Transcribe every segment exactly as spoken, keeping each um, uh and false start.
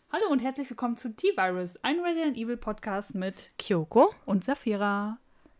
Hallo und herzlich willkommen zu T-Virus, ein Resident Evil Podcast mit Kyoko und Safira.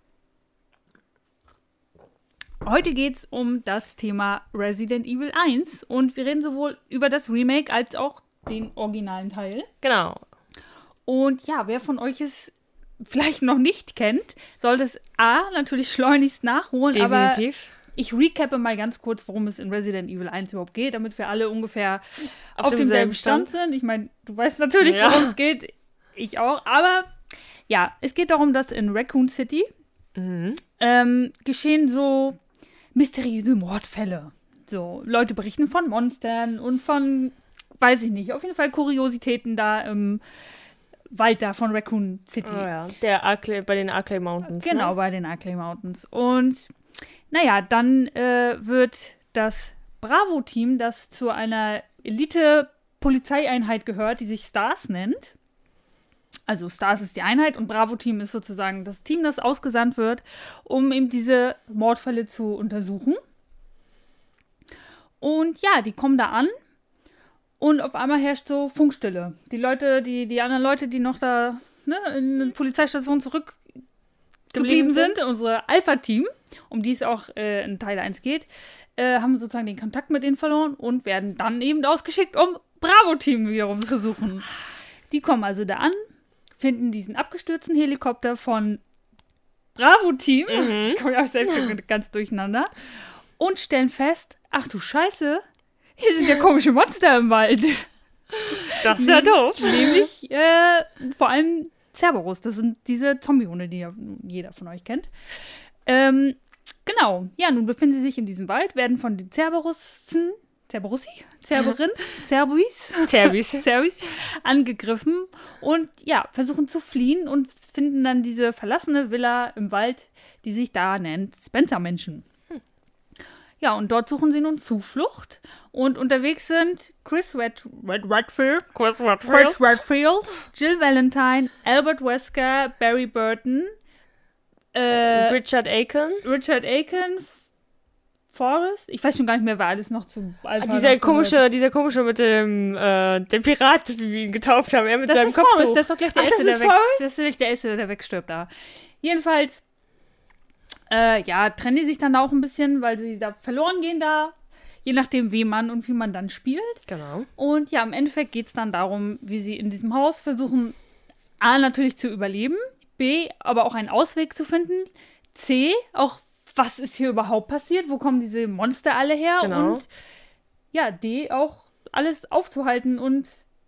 Heute geht es um das Thema Resident Evil eins und wir reden sowohl über das Remake als auch den originalen Teil. Genau. Und ja, wer von euch es vielleicht noch nicht kennt, sollte es A, natürlich schleunigst nachholen, Definitiv. aber ich recappe mal ganz kurz, worum es in Resident Evil eins überhaupt geht, damit wir alle ungefähr auf, auf demselben Stand, Stand sind. Ich meine, du weißt natürlich, ja. worum es geht. Ich auch. Aber ja, es geht darum, dass in Raccoon City mhm. ähm, geschehen so mysteriöse Mordfälle. So, Leute berichten von Monstern und von, weiß ich nicht, auf jeden Fall Kuriositäten da im Wald da von Raccoon City. Oh ja, der Arklay, bei den Arklay Mountains. Genau, ne? bei den Arklay Mountains. Und naja, dann äh, wird das Bravo-Team, das zu einer Elite-Polizeieinheit gehört, die sich STARS nennt. Also STARS ist die Einheit und Bravo-Team ist sozusagen das Team, das ausgesandt wird, um eben diese Mordfälle zu untersuchen. Und ja, die kommen da an und auf einmal herrscht so Funkstille. Die Leute, die, die anderen Leute, die noch da ne, in der Polizeistation zurück geblieben sind, sind, unsere Alpha-Team, um die es auch äh, in Teil eins geht, äh, haben sozusagen den Kontakt mit denen verloren und werden dann eben ausgeschickt, um Bravo-Team wiederum zu suchen. Die kommen also da an, finden diesen abgestürzten Helikopter von Bravo-Team, mhm. ich komme ja auch selbst ganz durcheinander, und stellen fest, ach du Scheiße, hier sind ja komische Monster im Wald. Das ist ja doof. Nämlich äh, vor allem Cerberus, das sind diese Zombie-Hunde, die ja jeder von euch kennt. Ähm, genau, ja, nun befinden sie sich in diesem Wald, werden von den Cerberussen, Cerberussi? Cerberin? Cerbuis? Cerbis. Cerbis angegriffen und ja, versuchen zu fliehen und finden dann diese verlassene Villa im Wald, die sich da nennt Spencer-Menschen. Hm. Ja, und dort suchen sie nun Zuflucht. Und unterwegs sind Chris Red, Red, Redfield, Chris Redfield, Chris Redfield, Jill Valentine, Albert Wesker, Barry Burton, äh, Richard Aiken, Richard Aiken, Forrest. Ich weiß schon gar nicht mehr, wer alles noch zu Alpha ah, dieser komische, gehört. dieser komische mit dem äh, dem Pirat, wie wir ihn getauft haben, er mit das seinem Kopftuch. Forrest, das ist doch gleich der Ach, Erste, das der, weg, das ist gleich der Erste, der wegstirbt da. Jedenfalls, äh, ja, trennen die sich dann auch ein bisschen, weil sie da verloren gehen da. Je nachdem, wie man und wie man dann spielt. Genau. Und ja, im Endeffekt geht es dann darum, wie sie in diesem Haus versuchen, A, natürlich zu überleben, B, aber auch einen Ausweg zu finden, C, auch, was ist hier überhaupt passiert, wo kommen diese Monster alle her genau. und ja, D, auch alles aufzuhalten und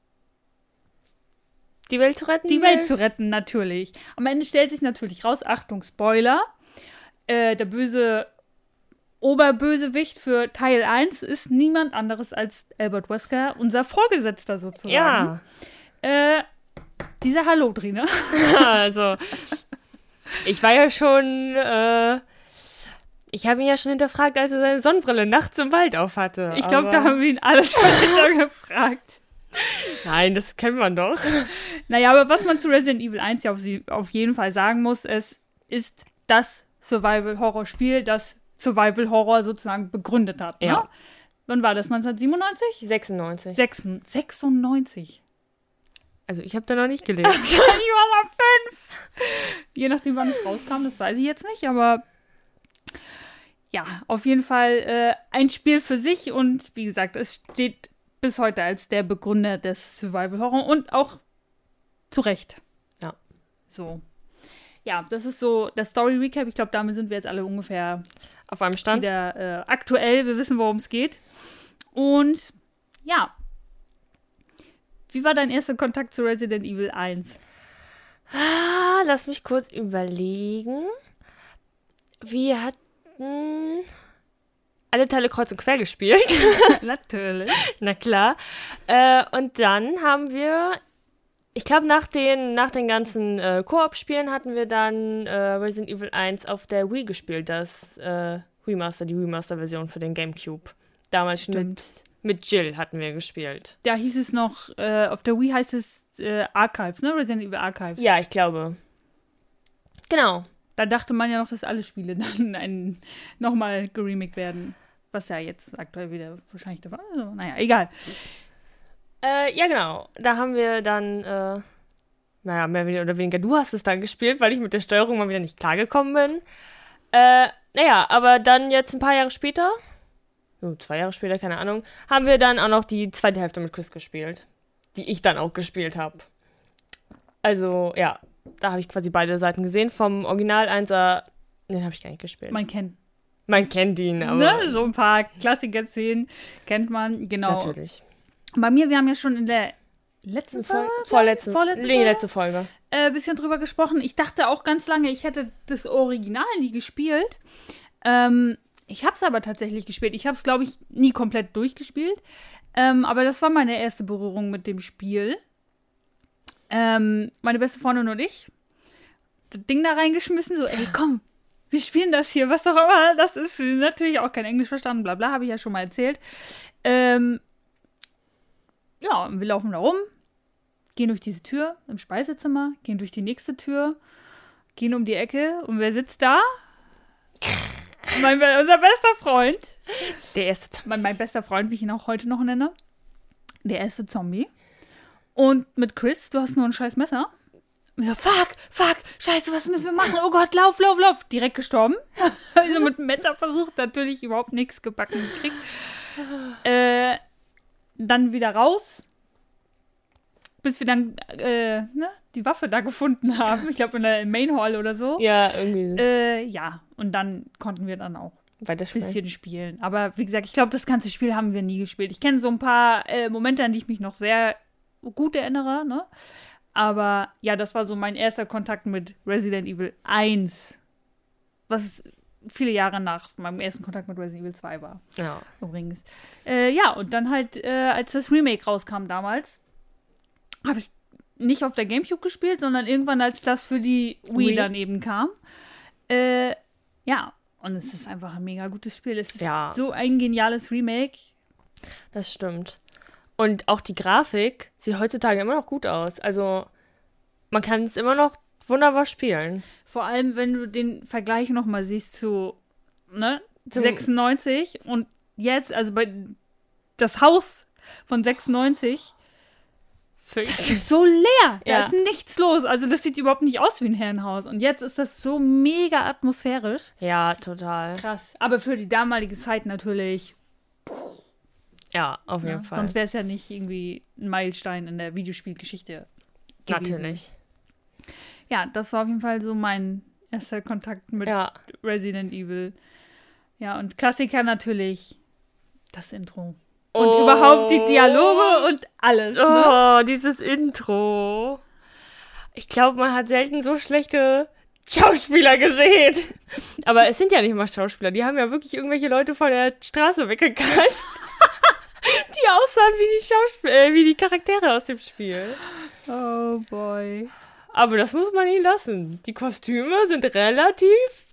die Welt zu retten. Die Welt zu retten, natürlich. Am Ende stellt sich natürlich raus, Achtung, Spoiler, äh, der böse Oberbösewicht für Teil eins ist niemand anderes als Albert Wesker, unser Vorgesetzter sozusagen. Ja. Äh, dieser Hallodri, Also, ich war ja schon, äh, ich habe ihn ja schon hinterfragt, als er seine Sonnenbrille nachts im Wald aufhatte. Ich glaube, da haben wir ihn alle schon hintergefragt. Nein, das kennt man doch. Naja, aber was man zu Resident Evil eins ja auf, sie, auf jeden Fall sagen muss, es ist das Survival-Horror-Spiel, das Survival-Horror sozusagen begründet hat. Ne? Ja. Wann war das? neunzehnhundertsiebenundneunzig? sechsundneunzig. sechsundneunzig. Also ich habe da noch nicht gelebt. Ich war noch fünf. Je nachdem, wann es rauskam, das weiß ich jetzt nicht, aber ja, auf jeden Fall äh, ein Spiel für sich und wie gesagt, es steht bis heute als der Begründer des Survival-Horror und auch zu Recht. Ja. So. Ja, das ist so der Story-Recap. Ich glaube, damit sind wir jetzt alle ungefähr auf einem Stand. Wieder äh, aktuell. Wir wissen, worum es geht. Und ja. Wie war dein erster Kontakt zu Resident Evil eins? Ah, lass mich kurz überlegen. Wir hatten alle Teile kreuz und quer gespielt. Natürlich. Na klar. Äh, und dann haben wir, ich glaube, nach den, nach den ganzen äh, Koop-Spielen hatten wir dann äh, Resident Evil eins auf der Wii gespielt, das äh, Remaster, die Remaster-Version für den GameCube. Damals mit, mit Jill hatten wir gespielt. Da hieß es noch, äh, auf der Wii heißt es äh, Archives, ne? Resident Evil Archives. Ja, ich glaube. Genau. Da dachte man ja noch, dass alle Spiele dann ein, nochmal geremaked werden. Was ja jetzt aktuell wieder wahrscheinlich der Fall ist. Also, naja, egal. Äh, ja, genau. Da haben wir dann, äh, naja, mehr oder weniger, du hast es dann gespielt, weil ich mit der Steuerung mal wieder nicht klargekommen bin. Äh, naja, aber dann jetzt ein paar Jahre später, so zwei Jahre später, keine Ahnung, haben wir dann auch noch die zweite Hälfte mit Chris gespielt, die ich dann auch gespielt habe. Also, ja, da habe ich quasi beide Seiten gesehen. Vom Original Einser, den habe ich gar nicht gespielt. Man kennt. Man kennt ihn, aber... Ne? So ein paar Klassiker-Szenen kennt man, genau. Natürlich. Bei mir, wir haben ja schon in der letzten Folge, vorletzte, vorletzte nee, Folge, letzte Folge, ein äh, bisschen drüber gesprochen. Ich dachte auch ganz lange, ich hätte das Original nie gespielt. Ähm, ich habe es aber tatsächlich gespielt. Ich habe es, glaube ich, nie komplett durchgespielt. Ähm, aber das war meine erste Berührung mit dem Spiel. Ähm, meine beste Freundin und ich, das Ding da reingeschmissen, so, ey, komm, wir spielen das hier, was auch immer das ist. Natürlich auch kein Englisch verstanden, bla bla, habe ich ja schon mal erzählt. Ähm, ja, und wir laufen da rum, gehen durch diese Tür im Speisezimmer, gehen durch die nächste Tür, gehen um die Ecke und wer sitzt da? mein, unser bester Freund. Der erste Zombie. Mein, mein bester Freund, wie ich ihn auch heute noch nenne. Der erste Zombie. Und mit Chris, du hast nur ein scheiß Messer. Und so, fuck, fuck, scheiße, was müssen wir machen? Oh Gott, lauf, lauf, lauf. Direkt gestorben. Also mit dem Messer versucht, natürlich überhaupt nichts gebacken gekriegt. Äh, dann wieder raus. Bis wir dann äh, ne, die Waffe da gefunden haben. Ich glaube in der Main Hall oder so. Ja, irgendwie. Äh, ja, und dann konnten wir dann auch ein bisschen spielen. Aber wie gesagt, ich glaube, das ganze Spiel haben wir nie gespielt. Ich kenne so ein paar äh, Momente, an die ich mich noch sehr gut erinnere, ne? Aber ja, das war so mein erster Kontakt mit Resident Evil eins. Was viele Jahre nach meinem ersten Kontakt mit Resident Evil zwei war. Ja. Übrigens. Äh, ja, und dann halt, äh, als das Remake rauskam damals, habe ich nicht auf der Gamecube gespielt, sondern irgendwann, als das für die Wii, Wii? dann eben kam. Äh, ja, und es ist einfach ein mega gutes Spiel. Es ist ja. so ein geniales Remake. Das stimmt. Und auch die Grafik sieht heutzutage immer noch gut aus. Also, man kann es immer noch wunderbar spielen. Vor allem, wenn du den Vergleich nochmal siehst zu, ne, sechsundneunzig und jetzt, also bei das Haus von sechsundneunzig, das ist so leer. Da ja. ist nichts los. Also, das sieht überhaupt nicht aus wie ein Herrenhaus. Und jetzt ist das so mega atmosphärisch. Ja, total. Krass. Aber für die damalige Zeit natürlich. Ja, auf jeden ja, Fall. Sonst wäre es ja nicht irgendwie ein Meilenstein in der Videospielgeschichte gewesen. Natürlich. Ja, das war auf jeden Fall so mein erster Kontakt mit ja. Resident Evil. Ja, und Klassiker natürlich das Intro. Oh. Und überhaupt die Dialoge und alles. Oh, ne? dieses Intro. Ich glaube, man hat selten so schlechte Schauspieler gesehen. Aber es sind ja nicht mal Schauspieler. Die haben ja wirklich irgendwelche Leute von der Straße weggekascht. Die aussahen wie die Schauspieler, äh, wie die Charaktere aus dem Spiel. Oh boy. Aber das muss man ihnen lassen. Die Kostüme sind relativ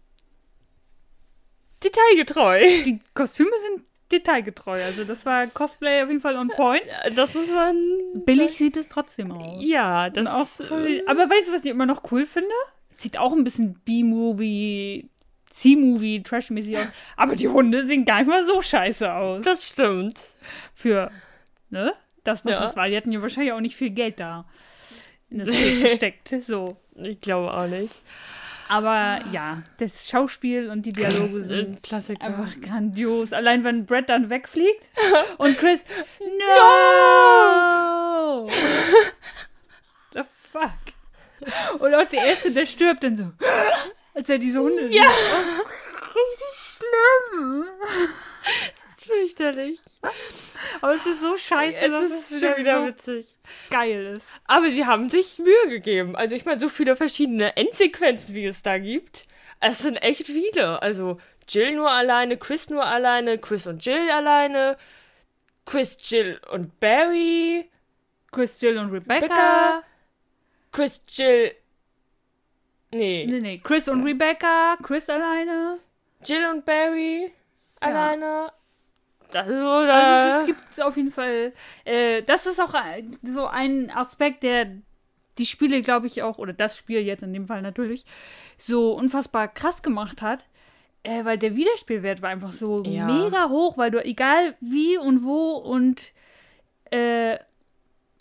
detailgetreu. Die Kostüme sind detailgetreu. Also das war Cosplay auf jeden Fall on point. Das muss man... Billig sieht es trotzdem aus. Ja, das auch cool. Aber weißt du, was ich immer noch cool finde? Sieht auch ein bisschen B-Movie, C-Movie, Trash-mäßig aus. Aber die Hunde sehen gar nicht mal so scheiße aus. Das stimmt. Für, ne? Das, was ja. es war. Die hatten ja wahrscheinlich auch nicht viel Geld da in das Bild gesteckt. So. Ich glaube auch nicht. Aber ja, das Schauspiel und die Dialoge sind Klassiker. Einfach grandios. Allein wenn Brett dann wegfliegt und Chris, no! no! The fuck? Und auch der Erste, der stirbt dann so, als er diese Hunde sieht. Ja! Richtig schlimm. Das ist fürchterlich. Aber es ist so scheiße, es dass ist es schon wieder so witzig. Geil ist. Aber sie haben sich Mühe gegeben. Also ich meine, so viele verschiedene Endsequenzen, wie es da gibt. Es sind echt viele. Also Jill nur alleine, Chris nur alleine, Chris und Jill alleine, Chris, Jill und Barry, Chris, Jill und Rebecca. Rebecca. Chris, Jill. Nee. Nee, nee. Chris und Rebecca, Chris alleine. Jill und Barry alleine. Das ist, oder? Also es gibt auf jeden Fall, äh, das ist auch so ein Aspekt, der die Spiele, glaube ich, auch, oder das Spiel jetzt in dem Fall natürlich, so unfassbar krass gemacht hat, äh, weil der Wiederspielwert war einfach so ja. mega hoch, weil du, egal wie und wo und äh,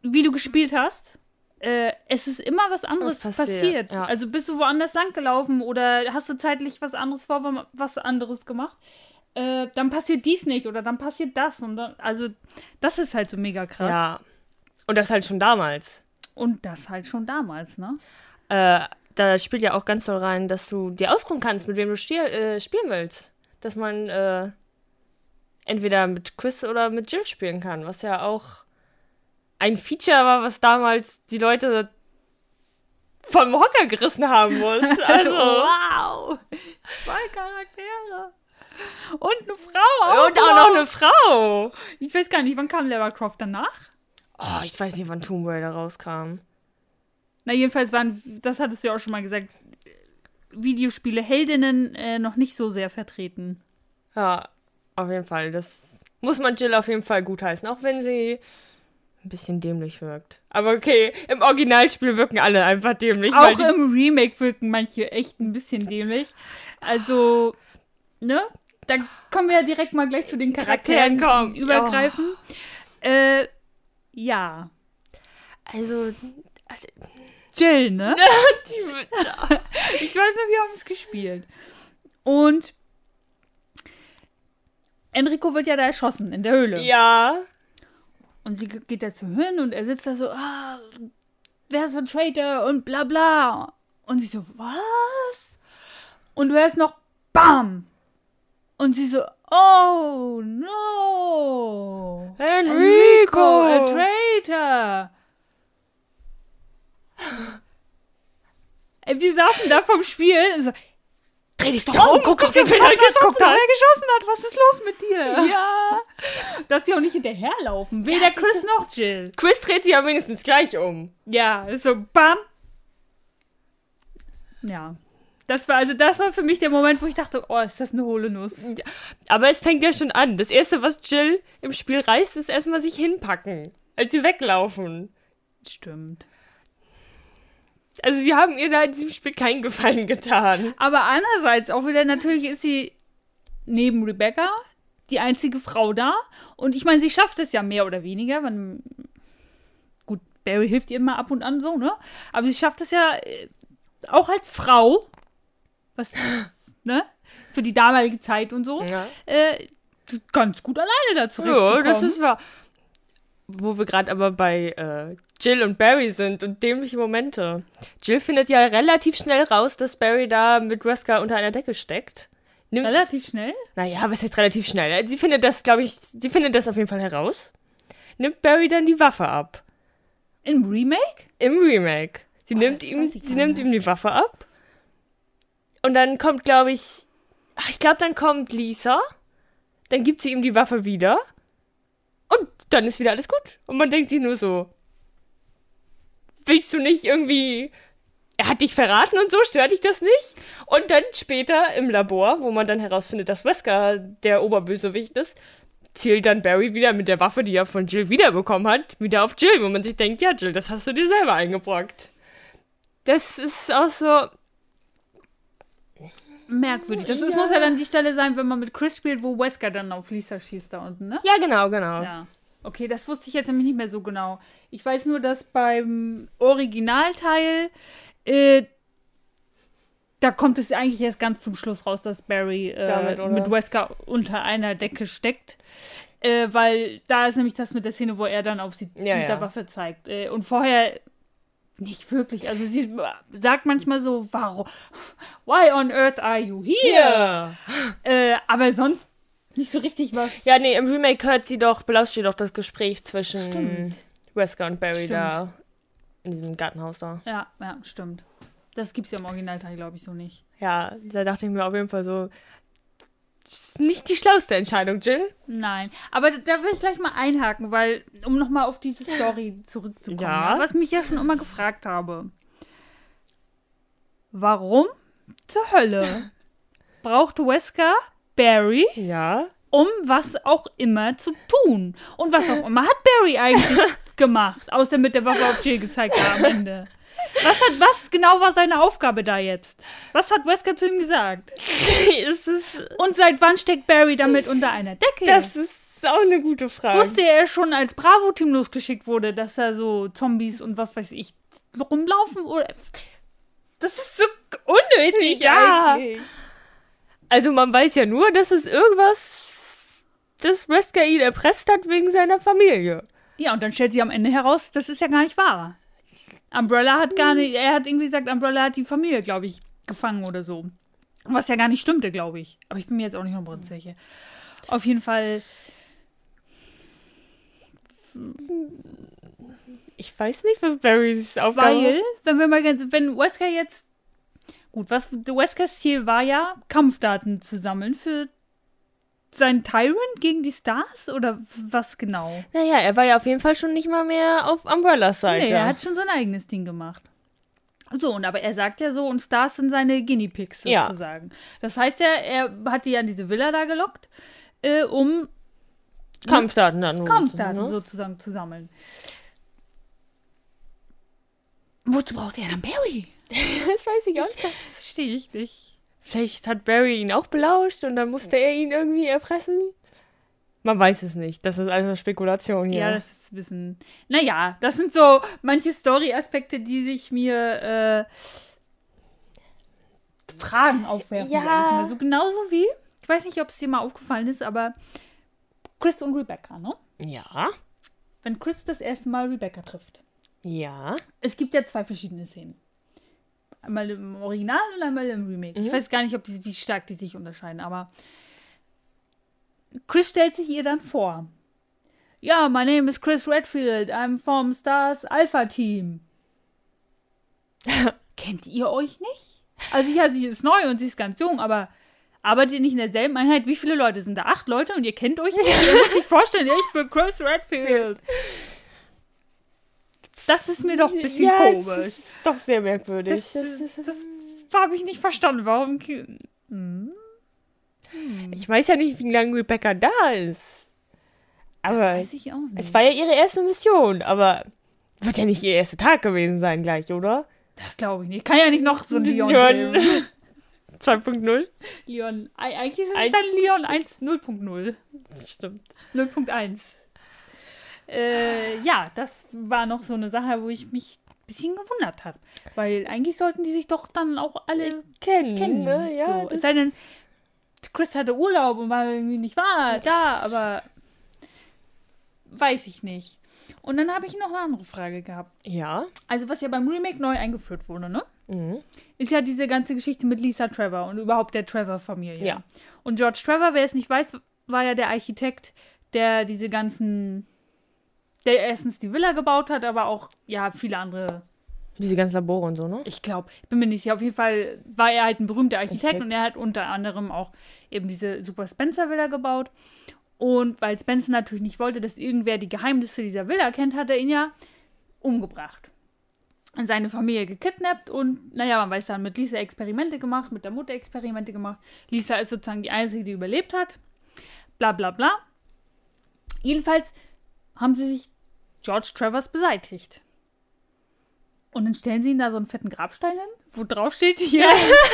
wie du gespielt hast, äh, es ist immer was anderes Was passiert. passiert, ja. Also bist du woanders lang gelaufen oder hast du zeitlich was anderes vor, was anderes gemacht? Äh, dann passiert dies nicht oder dann passiert das. Und dann, also das ist halt so mega krass. Ja. Und das halt schon damals. Und das halt schon damals, ne? Äh, da spielt ja auch ganz doll rein, dass du dir ausruhen kannst, mit wem du stier, äh, spielen willst. Dass man äh, entweder mit Chris oder mit Jill spielen kann, was ja auch ein Feature war, was damals die Leute vom Hocker gerissen haben muss. Also, wow! Zwei Charaktere. Und eine Frau auch. Und auch noch eine Frau. Ich weiß gar nicht, wann kam Lara Croft danach? Oh, ich weiß nicht, wann Tomb Raider rauskam. Na, jedenfalls waren, das hattest du ja auch schon mal gesagt, Videospiele Heldinnen äh, noch nicht so sehr vertreten. Ja, auf jeden Fall. Das muss man Jill auf jeden Fall gutheißen, auch wenn sie ein bisschen dämlich wirkt. Aber okay, im Originalspiel wirken alle einfach dämlich. Auch die, im Remake wirken manche echt ein bisschen dämlich. Also, ne? Da kommen wir ja direkt mal gleich zu den Charakteren kommen. übergreifen. Oh. Äh, ja. Also, also Jill, ne? die, ich weiß noch, wir haben es gespielt. Und Enrico wird ja da erschossen in der Höhle. Ja. Und sie geht dazu hin und er sitzt da so, ah, wer ist ein Traitor und bla bla. Und sie so, was? Und du hörst noch BAM! Und sie so, oh no! Enrico! a traitor! Ey, wir saßen da vom Spiel und so, dreh dich doch um, guck doch, wer geschossen hat, guck doch, wer geschossen hat, was ist los mit dir? Ja. Dass die auch nicht hinterherlaufen, weder ja, Chris noch Jill. Chris dreht sich ja wenigstens gleich um. Ja, ist so, bam. Ja. Das war, also das war für mich der Moment, wo ich dachte, oh, ist das eine hohle Nuss. Aber es fängt ja schon an. Das Erste, was Jill im Spiel reißt, ist erstmal sich hinpacken, als sie weglaufen. Stimmt. Also sie haben ihr da in diesem Spiel keinen Gefallen getan. Aber andererseits auch wieder, natürlich ist sie neben Rebecca die einzige Frau da. Und ich meine, sie schafft es ja mehr oder weniger. Wenn, gut, Barry hilft ihr immer ab und an so, ne? Aber sie schafft es ja auch als Frau, was, ne? Für die damalige Zeit und so, ja. äh, ganz gut alleine da zurechtzukommen. Ja, das ist wahr. Wo wir gerade aber bei äh, Jill und Barry sind und dämliche Momente. Jill findet ja relativ schnell raus, dass Barry da mit Wesker unter einer Decke steckt. Nimmt, relativ schnell? Naja, was heißt relativ schnell? Sie findet das, glaube ich, sie findet das auf jeden Fall heraus. Nimmt Barry dann die Waffe ab. Im Remake? Im Remake. Sie, oh, nimmt, ihm, sie nimmt ihm die Waffe ab. Und dann kommt, glaube ich, ach, ich glaube, dann kommt Lisa. Dann gibt sie ihm die Waffe wieder. Und dann ist wieder alles gut. Und man denkt sich nur so, willst du nicht irgendwie, er hat dich verraten und so, stört dich das nicht? Und dann später im Labor, wo man dann herausfindet, dass Wesker der Oberbösewicht ist, zielt dann Barry wieder mit der Waffe, die er von Jill wiederbekommen hat, wieder auf Jill, wo man sich denkt, ja Jill, das hast du dir selber eingebrockt. Das ist auch so merkwürdig. Das ist, ja. muss ja dann die Stelle sein, wenn man mit Chris spielt, wo Wesker dann auf Lisa schießt da unten, ne? Ja, genau, genau. Ja. Okay, das wusste ich jetzt nämlich nicht mehr so genau. Ich weiß nur, dass beim Originalteil äh, da kommt es eigentlich erst ganz zum Schluss raus, dass Barry äh, Damit, mit Wesker unter einer Decke steckt. Äh, weil da ist nämlich das mit der Szene, wo er dann auf sie ja, mit ja. der Waffe zeigt. Äh, und vorher nicht wirklich. Also sie sagt manchmal so, warum? Why on earth are you here? Yeah. Äh, aber sonst nicht so richtig was. Ja, nee, im Remake hört sie doch, belauscht sie doch das Gespräch zwischen stimmt. Wesker und Barry stimmt. da in diesem Gartenhaus da. Ja, ja, stimmt. Das gibt's ja im Originalteil, glaube ich, so nicht. Ja, da dachte ich mir auf jeden Fall so, nicht die schlauste Entscheidung, Jill. Nein, aber da will ich gleich mal einhaken, weil, um nochmal auf diese Story zurückzukommen, ja? Ja, was mich ja schon immer gefragt habe. Warum zur Hölle braucht Wesker Barry, ja, um was auch immer zu tun? Und was auch immer hat Barry eigentlich gemacht, außer mit der Waffe auf Jill gezeigt am Ende? Was, hat, was genau war seine Aufgabe da jetzt? Was hat Wesker zu ihm gesagt? ist es Und seit wann steckt Barry damit unter einer Decke? Das ist ist auch eine gute Frage. Wusste er schon, als Bravo-Team losgeschickt wurde, dass da so Zombies und was weiß ich rumlaufen? Oder? Das ist so unnötig Ja. eigentlich. Also man weiß ja nur, dass es irgendwas, das Wesker ihn erpresst hat wegen seiner Familie. Ja, und dann stellt sich am Ende heraus, das ist ja gar nicht wahr. Umbrella hat gar nicht, er hat irgendwie gesagt, Umbrella hat die Familie, glaube ich, gefangen oder so. Was ja gar nicht stimmte, glaube ich. Aber ich bin mir jetzt auch nicht hundertprozentig sicher. Auf jeden Fall. Ich weiß nicht, was Barrys Aufgabe Weil, wenn wir mal ganz, wenn Wesker jetzt, gut, was, Weskers Ziel war ja, Kampfdaten zu sammeln für seinen Tyrant gegen die Stars oder was genau? Naja, er war ja auf jeden Fall schon nicht mal mehr auf Umbrellas Seite. Nee, er hat schon sein eigenes Ding gemacht. So, und aber er sagt ja so, und Stars sind seine Guinea Pigs sozusagen. Ja. Das heißt ja, er hat die an diese Villa da gelockt, äh, um Kampfdaten dann Kampfdaten ne? sozusagen zu sammeln. Wozu braucht er dann Barry? Das weiß ich auch nicht. Das verstehe ich nicht. Vielleicht hat Barry ihn auch belauscht und dann musste er ihn irgendwie erpressen. Man weiß es nicht. Das ist also Spekulation hier. Ja, das ist ein bisschen... Naja, das sind so manche Story-Aspekte, die sich mir äh, Fragen aufwerfen. Ja. Sag ich mal. So genauso wie, ich weiß nicht, ob es dir mal aufgefallen ist, aber Chris und Rebecca, ne? Ja. Wenn Chris das erste Mal Rebecca trifft. Ja. Es gibt ja zwei verschiedene Szenen. Einmal im Original und einmal im Remake. Mhm. Ich weiß gar nicht, ob die, wie stark die sich unterscheiden, aber Chris stellt sich ihr dann vor. Ja, my name is Chris Redfield. I'm from Stars Alpha Team. Kennt ihr euch nicht? Also ja, sie ist neu und sie ist ganz jung, aber arbeitet ihr nicht in derselben Einheit? Wie viele Leute sind da? Acht Leute und ihr kennt euch nicht? Ihr müsst euch vorstellen, ja, ich bin Chris Redfield. Das ist mir doch ein bisschen ja, komisch. Das ist doch sehr merkwürdig. Das, das, das, das habe ich nicht verstanden. Warum? Hm? Hm. Ich weiß ja nicht, wie lange Rebecca da ist. Aber das weiß ich auch nicht. Es war ja ihre erste Mission, aber wird ja nicht ihr erster Tag gewesen sein gleich, oder? Das glaube ich nicht. Kann ja nicht noch so ein Leon Leon zwei Punkt null. Leon, eigentlich ist es ein dann Leon eins null Punkt null. Das stimmt. null Punkt eins. Äh, ja, das war noch so eine Sache, wo ich mich ein bisschen gewundert habe. Weil eigentlich sollten die sich doch dann auch alle kennen. kennen. Ne? Ja, so. Es sei denn, Chris hatte Urlaub und war irgendwie nicht wahr, da, aber weiß ich nicht. Und dann habe ich noch eine andere Frage gehabt. Ja. Also was ja beim Remake neu eingeführt wurde, ne? Mhm. Ist ja diese ganze Geschichte mit Lisa Trevor und überhaupt der Trevor-Familie. Ja. Und George Trevor, wer es nicht weiß, war ja der Architekt, der diese ganzen, der erstens die Villa gebaut hat, aber auch, ja, viele andere. Diese ganzen Labore und so, ne? Ich glaube, ich bin mir nicht sicher. Auf jeden Fall war er halt ein berühmter Architekt, Architekt. Und er hat unter anderem auch eben diese Super Spencer Villa gebaut. Und weil Spencer natürlich nicht wollte, dass irgendwer die Geheimnisse dieser Villa kennt, hat er ihn ja umgebracht. Und seine Familie gekidnappt und, naja, man weiß dann, mit Lisa Experimente gemacht, mit der Mutter Experimente gemacht. Lisa ist sozusagen die Einzige, die überlebt hat. Bla bla bla. Jedenfalls haben sie sich George Travers beseitigt. Und dann stellen sie ihn da so einen fetten Grabstein hin, wo drauf steht hier.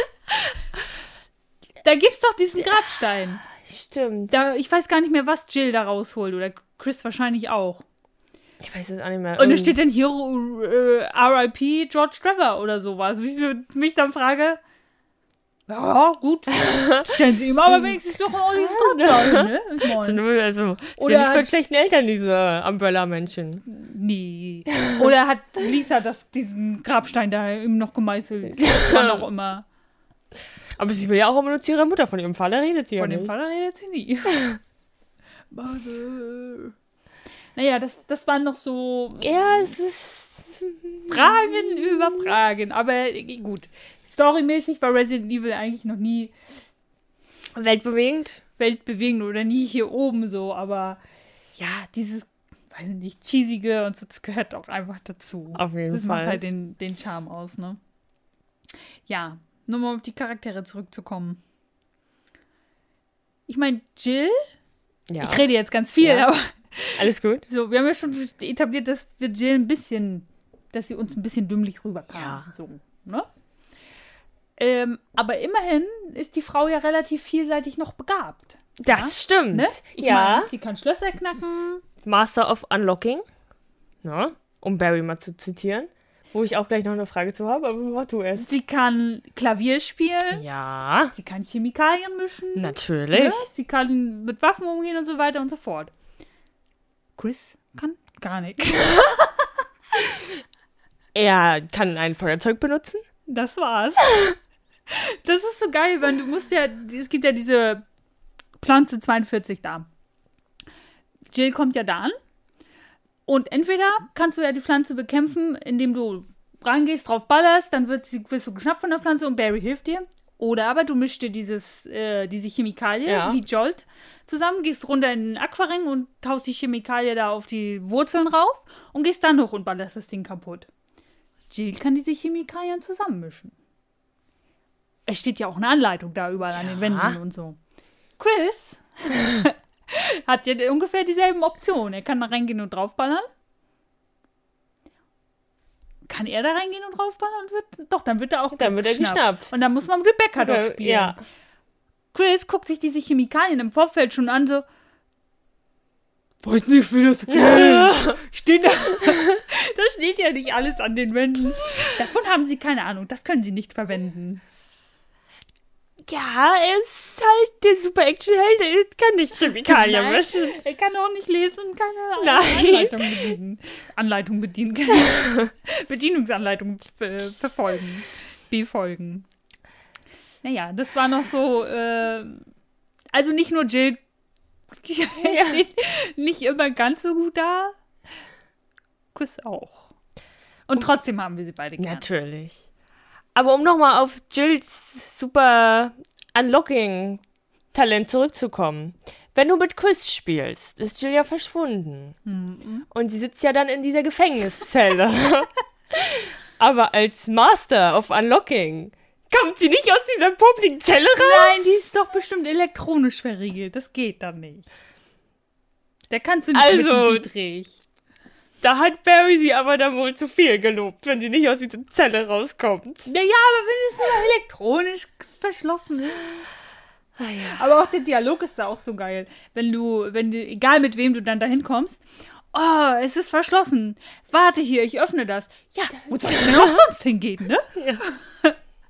Da gibt's doch diesen Grabstein. Stimmt. Da, ich weiß gar nicht mehr, was Jill da rausholt. Oder Chris wahrscheinlich auch. Ich weiß es auch nicht mehr. Und da steht dann hier äh, R I P George Trevor oder sowas. Wie ich mich dann frage, ja, gut. Stellen sie ihm aber wenigstens doch auch dieses Grabstein, ne? Ich mein. Also, Oder nicht hat- von schlechten Eltern, diese Umbrella-Menschen. Nee. Oder hat Lisa das, diesen Grabstein da ihm noch gemeißelt? Wann auch immer. Aber sie will ja auch immer nur zu ihrer Mutter. Von ihrem Vater redet sie Von ja dem nicht. Vater redet sie nie. Mother. Naja, das, das waren noch so Ja, es ist... Fragen über Fragen. Aber gut, storymäßig war Resident Evil eigentlich noch nie weltbewegend. weltbewegend oder nie hier oben so. Aber ja, dieses, weiß ich nicht, cheesige und so, das gehört auch einfach dazu. Auf jeden Das Fall. macht halt den, den Charme aus, ne? Ja, nur mal auf die Charaktere zurückzukommen. Ich meine, Jill, Ja, ich rede jetzt ganz viel, Ja. aber alles gut. so, wir haben ja schon etabliert, dass wir Jill ein bisschen, dass sie uns ein bisschen dümmlich rüberkam. Ja. So, ne? Ähm, aber immerhin ist die Frau ja relativ vielseitig noch begabt. Das Ja, stimmt. Ne? Ich ja. meine, sie kann Schlösser knacken. Master of Unlocking. Na, um Barry mal zu zitieren. Wo ich auch gleich noch eine Frage zu habe, aber mach du erst. Sie kann Klavier spielen. Ja, Sie kann Chemikalien mischen. natürlich. Ne? Sie kann mit Waffen umgehen und so weiter und so fort. Chris kann gar nichts. Er kann ein Feuerzeug benutzen. Das war's. Das ist so geil, weil du musst ja, es gibt ja diese Pflanze zweiundvierzig da. Jill kommt ja da an und entweder kannst du ja die Pflanze bekämpfen, indem du rangehst, drauf ballerst, dann wird sie, wirst du geschnappt von der Pflanze und Barry hilft dir. Oder aber du mischst dir dieses, äh, diese Chemikalie, Ja. wie Jolt, zusammen, gehst runter in den Aquaring und taust die Chemikalie da auf die Wurzeln rauf und gehst dann hoch und ballerst das Ding kaputt. Jill kann diese Chemikalien zusammenmischen. Es steht ja auch eine Anleitung da überall an den Wänden und so. Chris hat ja ungefähr dieselben Optionen. Er kann da reingehen und draufballern. Kann er da reingehen und draufballern? Und wird, doch, dann wird er auch Dann wird er geschnappt. Und dann muss man Rebecca doch spielen. Ja. Chris guckt sich diese Chemikalien im Vorfeld schon an, so weiß nicht, wie das geht. Steht da, da steht ja nicht alles an den Wänden. Davon haben sie keine Ahnung. Das können sie nicht verwenden. Ja, er ist halt der Super-Action-Held. Er kann nicht Chemikalien Nein, mischen. er kann auch nicht lesen und keine Nein. Anleitung bedienen. Anleitung bedienen. Keine Bedienungsanleitung äh, verfolgen. Befolgen. Naja, das war noch so, äh, also nicht nur Jill steht nicht immer ganz so gut da. Chris auch. Und trotzdem haben wir sie beide gern. Natürlich. Aber um nochmal auf Jills super Unlocking-Talent zurückzukommen. Wenn du mit Chris spielst, ist Jill ja verschwunden. Mhm. Und sie sitzt ja dann in dieser Gefängniszelle. Aber als Master of Unlocking kommt sie nicht aus dieser publiken Zelle raus. Nein, die ist doch bestimmt elektronisch verriegelt. Das geht dann nicht. Da kannst du nicht Also, mit dem Dietrich. Da hat Barry sie aber dann wohl zu viel gelobt, wenn sie nicht aus dieser Zelle rauskommt. Naja, aber wenn es so elektronisch verschlossen ist. Ah, ja. Aber auch der Dialog ist da auch so geil. Wenn du, wenn du, egal mit wem du dann dahin kommst, oh, es ist verschlossen. Warte hier, ich öffne das. Ja, wo soll ich denn auch sonst hingehen, ne? Ja.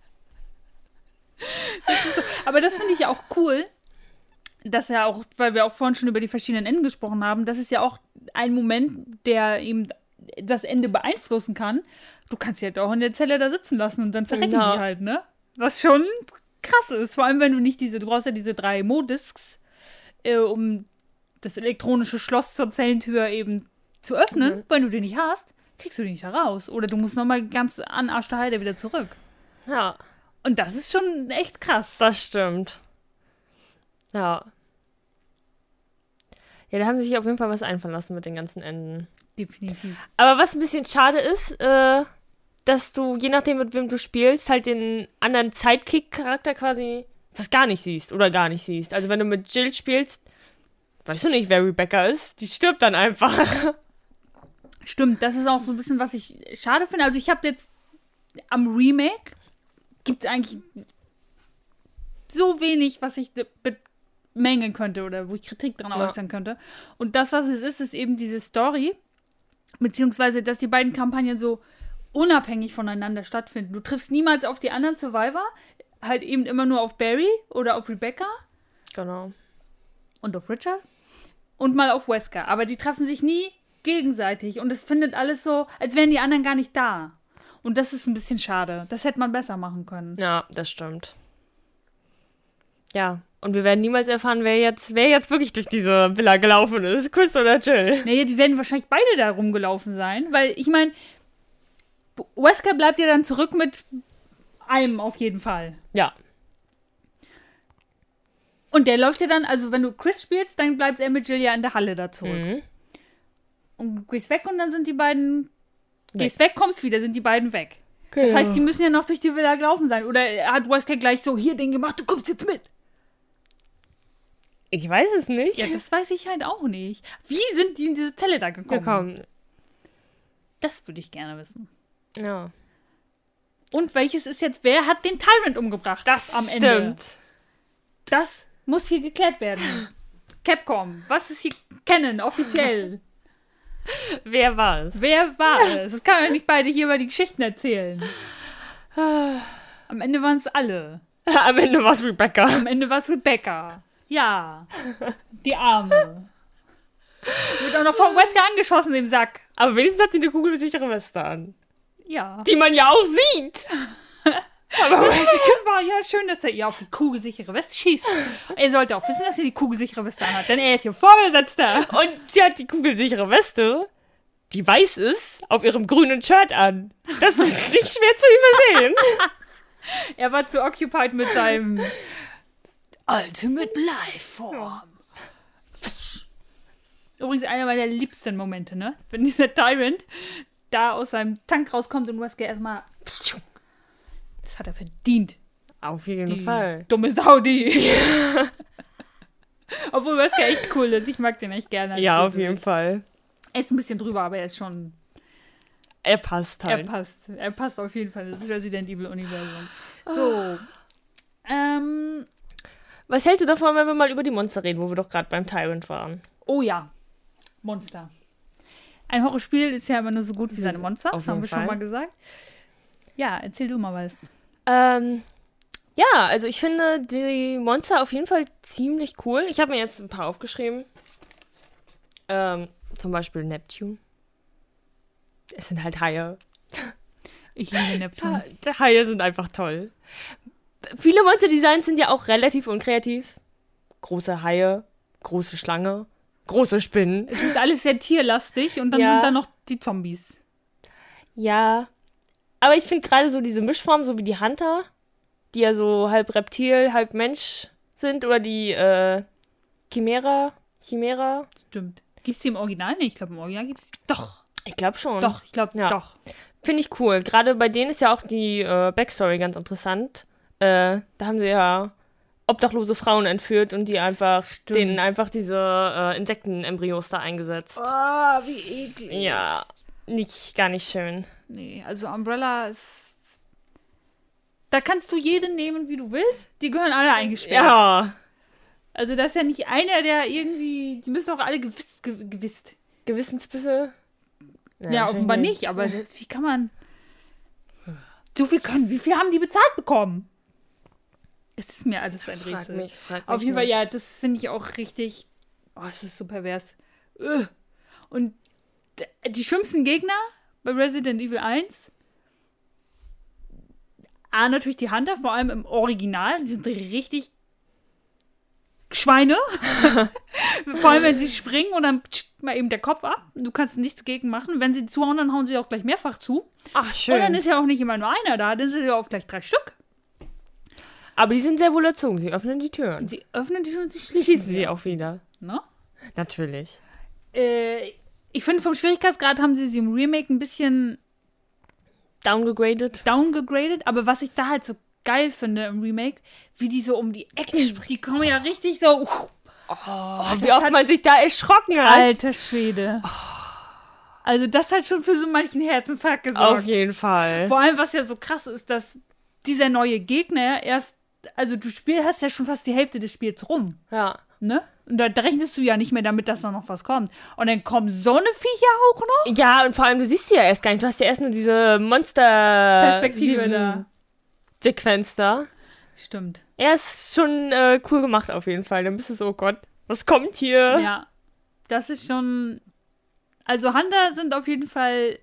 Das ist so, aber das finde ich ja auch cool, dass ja auch, weil wir auch vorhin schon über die verschiedenen Enden gesprochen haben, das ist ja auch ein Moment, der eben das Ende beeinflussen kann. Du kannst sie halt auch in der Zelle da sitzen lassen und dann verrecken Ja. die halt, ne? Was schon krass ist. Vor allem, wenn du nicht diese, du brauchst ja diese drei Modisks, äh, um das elektronische Schloss zur Zellentür eben zu öffnen. Mhm. Wenn du die nicht hast, kriegst du die nicht da raus. Oder du musst nochmal ganz an Arsch der Heide wieder zurück. Ja, Und das ist schon echt krass. das stimmt. Ja. Ja, da haben sie sich auf jeden Fall was einfallen lassen mit den ganzen Enden. Definitiv. Aber was ein bisschen schade ist, äh, dass du, je nachdem, mit wem du spielst, halt den anderen Sidekick-Charakter quasi was gar nicht siehst oder gar nicht siehst. Also wenn du mit Jill spielst, weißt du nicht, wer Rebecca ist. Die stirbt dann einfach. Stimmt, das ist auch so ein bisschen, was ich schade finde. Also ich habe jetzt am Remake gibt es eigentlich so wenig, was ich bemängeln könnte oder wo ich Kritik dran Ja. äußern könnte. Und das, was es ist, ist eben diese Story, beziehungsweise, dass die beiden Kampagnen so unabhängig voneinander stattfinden. Du triffst niemals auf die anderen Survivor, halt eben immer nur auf Barry oder auf Rebecca Genau. und auf Richard und mal auf Wesker. Aber die treffen sich nie gegenseitig und es findet alles so, als wären die anderen gar nicht da. Und das ist ein bisschen schade. Das hätte man besser machen können. Ja, das stimmt. Ja, und wir werden niemals erfahren, wer jetzt, wer jetzt wirklich durch diese Villa gelaufen ist. Chris oder Jill. Naja, die werden wahrscheinlich beide da rumgelaufen sein, weil ich meine, Wesker bleibt ja dann zurück mit einem auf jeden Fall. Ja. Und der läuft ja dann, also wenn du Chris spielst, dann bleibt er mit Jill ja in der Halle da zurück. Mhm. Und du gehst weg und dann sind die beiden, Weg. gehst weg, kommst wieder, sind die beiden weg. Genau. Das heißt, die müssen ja noch durch die Villa gelaufen sein. Oder hat Wesker gleich so, hier den gemacht, du kommst jetzt mit. Ich weiß es nicht. Ja, das weiß ich halt auch nicht. Wie sind die in diese Zelle da gekommen? gekommen. Das würde ich gerne wissen. Ja. Und welches ist jetzt, wer hat den Tyrant umgebracht Das am stimmt. Ende? Das Muss hier geklärt werden. Capcom, was ist hier Canon, offiziell? Wer war's? Wer war es? Das kann man ja nicht beide hier über die Geschichten erzählen. Am Ende waren es alle. Am Ende war's Rebecca. Am Ende war es Rebecca. Ja. Die Arme. Wird auch noch von Wesker angeschossen, dem Sack. Aber wenigstens hat sie eine kugelsichere Weste an. Ja. Die man ja auch sieht. Aber war ja schön, dass er ihr auf die kugelsichere Weste schießt. Er sollte auch wissen, dass er die kugelsichere Weste anhat, denn er ist ihr Vorgesetzter. Und sie hat die kugelsichere Weste, die weiß ist, auf ihrem grünen Shirt an. Das ist nicht schwer zu übersehen. Er war zu occupied mit seinem Ultimate Lifeform. Übrigens einer meiner liebsten Momente, ne? Wenn dieser Tyrant da aus seinem Tank rauskommt und Wesker erstmal... Das hat er verdient. Auf jeden Die Fall. dumme Sau, die. Obwohl Wesker echt cool ist. Ich mag den echt gerne. Ja, auf jeden Fall. Er ist ein bisschen drüber, aber er ist schon... Er passt halt. Er passt. Er passt auf jeden Fall. Das ist Resident Evil Universum. So. Ähm... Was hältst du davon, wenn wir mal über die Monster reden, wo wir doch gerade beim Tyrant waren? Oh ja. Monster. Ein Horrorspiel ist ja immer nur so gut wie seine Monster. Auf Das haben jeden wir Fall. schon mal gesagt. Ja, erzähl du mal was. Ähm, ja, also ich finde die Monster auf jeden Fall ziemlich cool. Ich habe mir jetzt ein paar aufgeschrieben. Ähm, zum Beispiel Neptune. Es sind halt Haie. Ich liebe Neptun. Ja, Haie sind einfach toll. Viele Monster-Designs sind ja auch relativ unkreativ. Große Haie, große Schlange, große Spinnen. Es ist alles sehr tierlastig und dann Ja. sind da noch die Zombies. Ja, aber ich finde gerade so diese Mischform, so wie die Hunter, die ja so halb Reptil, halb Mensch sind, oder die äh, Chimera, Chimera. Stimmt. Gibt's die im Original? Nee, ich glaube im Original gibt's doch. Ich glaube schon. Doch, ich glaube Ja. doch. Finde ich cool. Gerade bei denen ist ja auch die äh, Backstory ganz interessant. Äh, da haben sie ja obdachlose Frauen entführt und die einfach, Stimmt. denen einfach diese äh, Insektenembryos da eingesetzt. Oh, wie eklig. Ja, nicht, gar nicht schön. Nee, also Umbrella ist... Da kannst du jeden nehmen, wie du willst. Die gehören alle eingesperrt. Ja, Also da ist ja nicht einer, der irgendwie... Die müssen auch alle gewiss... Ge gewisst. Gewissensbisse. Ja, wahrscheinlich offenbar nicht, aber das, wie kann man... So viel können... Wie viel haben die bezahlt bekommen? Es ist mir alles ein Frag Rätsel. mich, frag mich Auf jeden Fall, nicht. ja, das finde ich auch richtig... Oh, es ist so pervers. Ugh. Und d- die schlimmsten Gegner bei Resident Evil eins... A, natürlich die Hunter, vor allem im Original. Die sind richtig Schweine. Vor allem, wenn sie springen und dann tscht, mal eben der Kopf ab. Du kannst nichts gegen machen. Wenn sie zuhauen, dann hauen sie auch gleich mehrfach zu. Ach, schön. Und dann ist ja auch nicht immer nur einer da, dann sind ja auch gleich drei Stück. Aber die sind sehr wohl erzogen. Sie öffnen die Türen. Sie öffnen die schon und sie schließen Schließen sie sie auch wieder. Ne? Natürlich. Äh, ich finde, vom Schwierigkeitsgrad haben sie sie im Remake ein bisschen Downgegradet. downgegradet. Aber was ich da halt so geil finde im Remake, wie die so um die Ecken, die kommen ja richtig so... Uh, Oh, das wie oft hat- man sich da erschrocken hat. alter Schwede. Also das hat schon für so manchen Herzinfarkt gesorgt. Auf jeden Fall. Vor allem, was ja so krass ist, dass dieser neue Gegner erst, also du spiel, hast ja schon fast die Hälfte des Spiels rum, Ja. ne? Und da rechnest du ja nicht mehr damit, dass da noch was kommt. Und dann kommen so eine Viecher auch noch? Ja, und vor allem, du siehst sie ja erst gar nicht. Du hast ja erst nur diese Monster-Perspektive Perspektive da. Sequenz da. Stimmt. Er ist schon äh, cool gemacht auf jeden Fall. Dann bist du so, oh Gott, was kommt hier? Ja. Das ist schon, also Hunter sind auf jeden Fall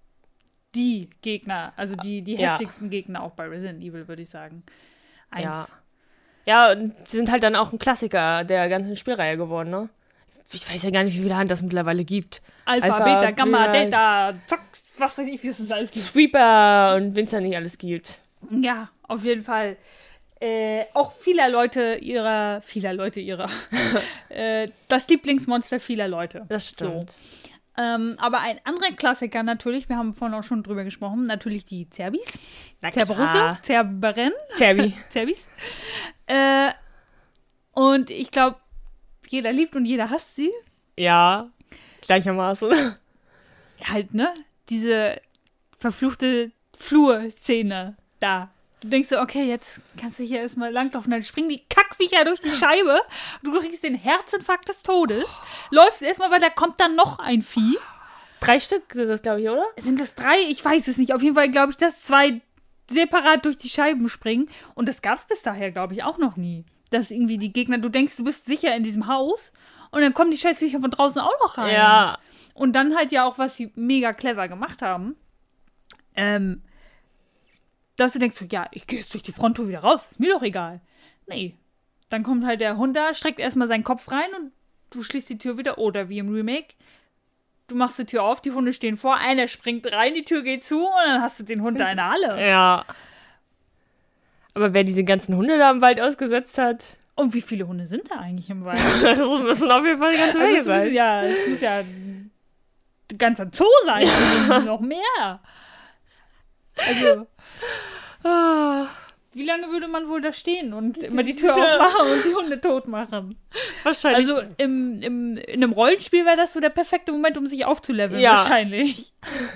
die Gegner, also die, die Ja. heftigsten Gegner auch bei Resident Evil, würde ich sagen. Eins. Ja. Ja, und sie sind halt dann auch ein Klassiker der ganzen Spielreihe geworden, ne? Ich weiß ja gar nicht, wie viele Hand das mittlerweile gibt. Alpha, Alpha, Beta, Gamma, Beta, Delta, Zock, was weiß ich, wie es das alles gibt. Sweeper und wenn es da nicht alles gibt. Ja, auf jeden Fall. Äh, auch vieler Leute ihrer, vieler Leute ihrer, äh, das Lieblingsmonster vieler Leute. Das stimmt. So. Ähm, aber ein anderer Klassiker natürlich, wir haben vorhin auch schon drüber gesprochen, natürlich die Zerbis. Na Cerberusse, klar. Cerberen, Zerbi. Zerbis. Äh, und ich glaube, jeder liebt und jeder hasst sie. Ja, gleichermaßen. Halt, ne? Diese verfluchte Flur-Szene da. Du denkst so, okay, jetzt kannst du hier erstmal langlaufen. Dann springen die Kackviecher durch die Scheibe. Du kriegst den Herzinfarkt des Todes. Läufst erstmal, weil da kommt dann noch ein Vieh. Drei Stück sind das, glaube ich, oder? Sind das drei? Ich weiß es nicht. Auf jeden Fall glaube ich, dass zwei separat durch die Scheiben springen. Und das gab es bis daher, glaube ich, auch noch nie. Dass irgendwie die Gegner, du denkst, du bist sicher in diesem Haus. Und dann kommen die Scheißviecher von draußen auch noch rein. Ja. Und dann halt ja auch, was sie mega clever gemacht haben. Ähm, dass du denkst, so, ja, ich gehe jetzt durch die Fronttür wieder raus. Mir doch egal. Nee. Dann kommt halt der Hund da, streckt erstmal seinen Kopf rein und du schließt die Tür wieder. Oder wie im Remake. Du machst die Tür auf, die Hunde stehen vor, einer springt rein, die Tür geht zu und dann hast du den Hund da in der Halle. Ja. Aber wer diese ganzen Hunde da im Wald ausgesetzt hat. Und wie viele Hunde sind da eigentlich im Wald? Das müssen auf jeden Fall eine ganze Menge Also es sein. muss ja, es muss ja ein ganzer Zoo sein. Noch mehr. Also, Ah. wie lange würde man wohl da stehen und immer die Tür aufmachen und die Hunde tot machen? Wahrscheinlich. Also im, im, in einem Rollenspiel wäre das so der perfekte Moment, um sich aufzuleveln. Ja. Wahrscheinlich.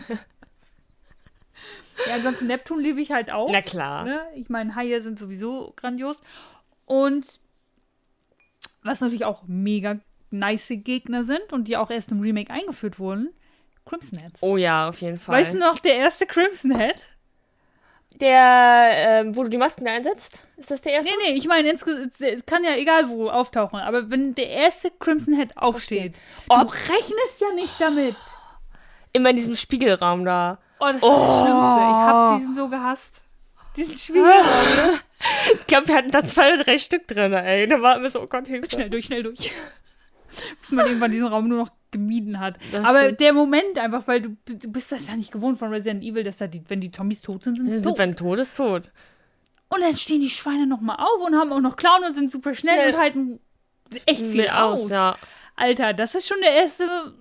Ja, ansonsten Neptun liebe ich halt auch. Na klar. Ne? Ich meine, Haie sind sowieso grandios. Und was natürlich auch mega nice Gegner sind und die auch erst im Remake eingeführt wurden, Crimson Heads. Oh ja, auf jeden Fall. Weißt du noch, der erste Crimson Head? Der, ähm, wo du die Masken da einsetzt? Ist das der erste? Nee, nee, ich meine, insge- es kann ja egal wo auftauchen, aber wenn der erste Crimson Head aufsteht, Oh. du rechnest ja nicht damit. Immer in diesem Spiegelraum da. Oh, das war das Oh. Schlimmste. Ich hab diesen so gehasst. Diesen Spiegelraum. Ich glaube, wir hatten da zwei oder drei Stück drin, ey. Da waren wir so, oh Gott, Hilfe. Schnell durch, schnell durch. Bis man irgendwann diesen Raum nur noch gemieden hat. Das Aber stimmt. der Moment einfach, weil du, du bist das ja nicht gewohnt von Resident Evil, dass da die, wenn die Zombies tot sind, sind sie tot. Wenn tot ist, tot. Und dann stehen die Schweine nochmal auf und haben auch noch Klauen und sind super schnell Schnell. und halten echt viel aus. Ja. Alter, das ist schon der erste...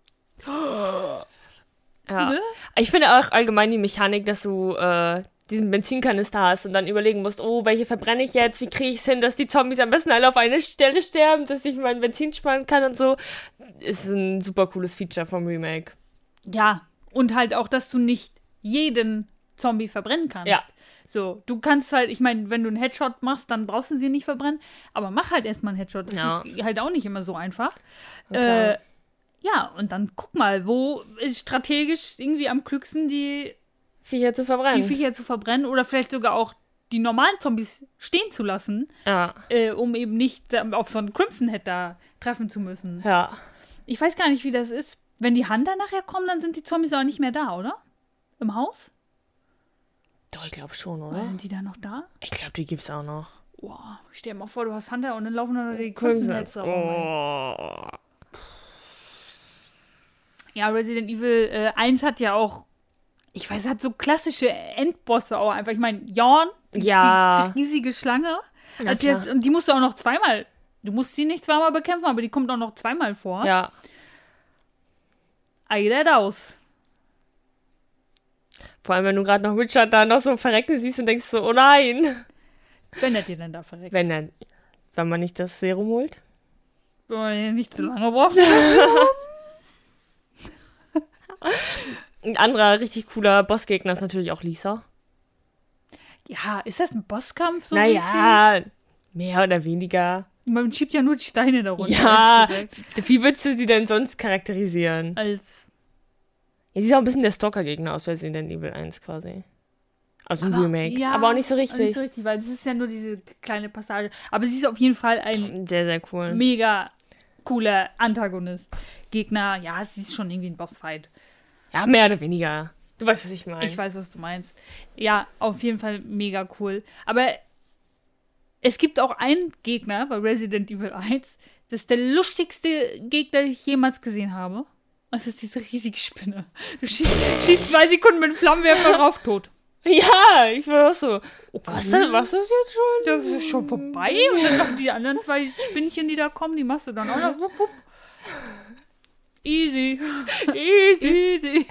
Ja. Ne? Ich finde auch allgemein die Mechanik, dass du äh, diesen Benzinkanister hast und dann überlegen musst, oh, welche verbrenne ich jetzt? Wie kriege ich es hin, dass die Zombies am besten alle auf einer Stelle sterben, dass ich mein Benzin sparen kann und so. Ist ein super cooles Feature vom Remake. Ja, und halt auch, dass du nicht jeden Zombie verbrennen kannst. Ja. So, du kannst halt, ich meine, wenn du einen Headshot machst, dann brauchst du sie nicht verbrennen, aber mach halt erstmal einen Headshot. Das Ja. ist halt auch nicht immer so einfach. Okay. Äh, ja, und dann guck mal, wo ist strategisch irgendwie am klügsten, die, Viecher zu die verbrennen. Viecher zu verbrennen oder vielleicht sogar auch die normalen Zombies stehen zu lassen, ja. äh, um eben nicht ähm, auf so einen Crimson Head da treffen zu müssen. Ja. Ich weiß gar nicht, wie das ist. Wenn die Hunter nachher kommen, dann sind die Zombies aber nicht mehr da, oder? Im Haus? Doch, ich glaube schon, Oder oder? sind die da noch da? Ich glaube, die gibt's auch noch. Boah, stell dir mal vor, du hast Hunter und dann laufen da noch die Crimson Heads rum. Oh. Ja, Resident Evil äh, eins hat ja auch, ich weiß, hat so klassische Endbosse auch einfach. Ich meine, Yawn, Ja. die riesige Schlange. Ja, Also klar. jetzt, und die musst du auch noch zweimal, du musst sie nicht zweimal bekämpfen, aber die kommt auch noch zweimal vor. Ja. I get aus. Vor allem, wenn du gerade noch Richard da noch so verrecken siehst und denkst so, oh nein. Wenn der dir denn da verreckt. Wenn dann, wenn man nicht das Serum holt. Wenn man ihn nicht zu lange braucht. Ein anderer richtig cooler Bossgegner ist natürlich auch Lisa. Ja, ist das ein Bosskampf? So naja, mehr oder weniger. richtig? Man schiebt ja nur die Steine darunter. Ja, ehrlich gesagt. wie würdest du sie denn sonst charakterisieren? Als, Ja, sie ist auch ein bisschen der Stalker-Gegner aus Resident Evil eins quasi. Aus dem aber- Remake. ja, aber auch nicht so auch richtig. Nicht so richtig, weil es ist ja nur diese kleine Passage. Aber sie ist auf jeden Fall ein Sehr, sehr cool. mega cooler Antagonist. Gegner, ja, es ist schon irgendwie ein Bossfight. Ja, mehr oder weniger. Du weißt, was ich meine. Ich weiß, was du meinst. Ja, auf jeden Fall mega cool. Aber es gibt auch einen Gegner bei Resident Evil eins. Das ist der lustigste Gegner, den ich jemals gesehen habe. Und das ist diese riesige Spinne. Du schießt, schießt zwei Sekunden mit Flammenwerfer drauf, tot. Ja, ich war auch so. Oh, was, das, was ist jetzt schon? Das ist schon vorbei. Und dann noch die anderen zwei Spinnchen, die da kommen, die machst du dann auch noch. Wupp, wupp. Easy. Easy. Easy.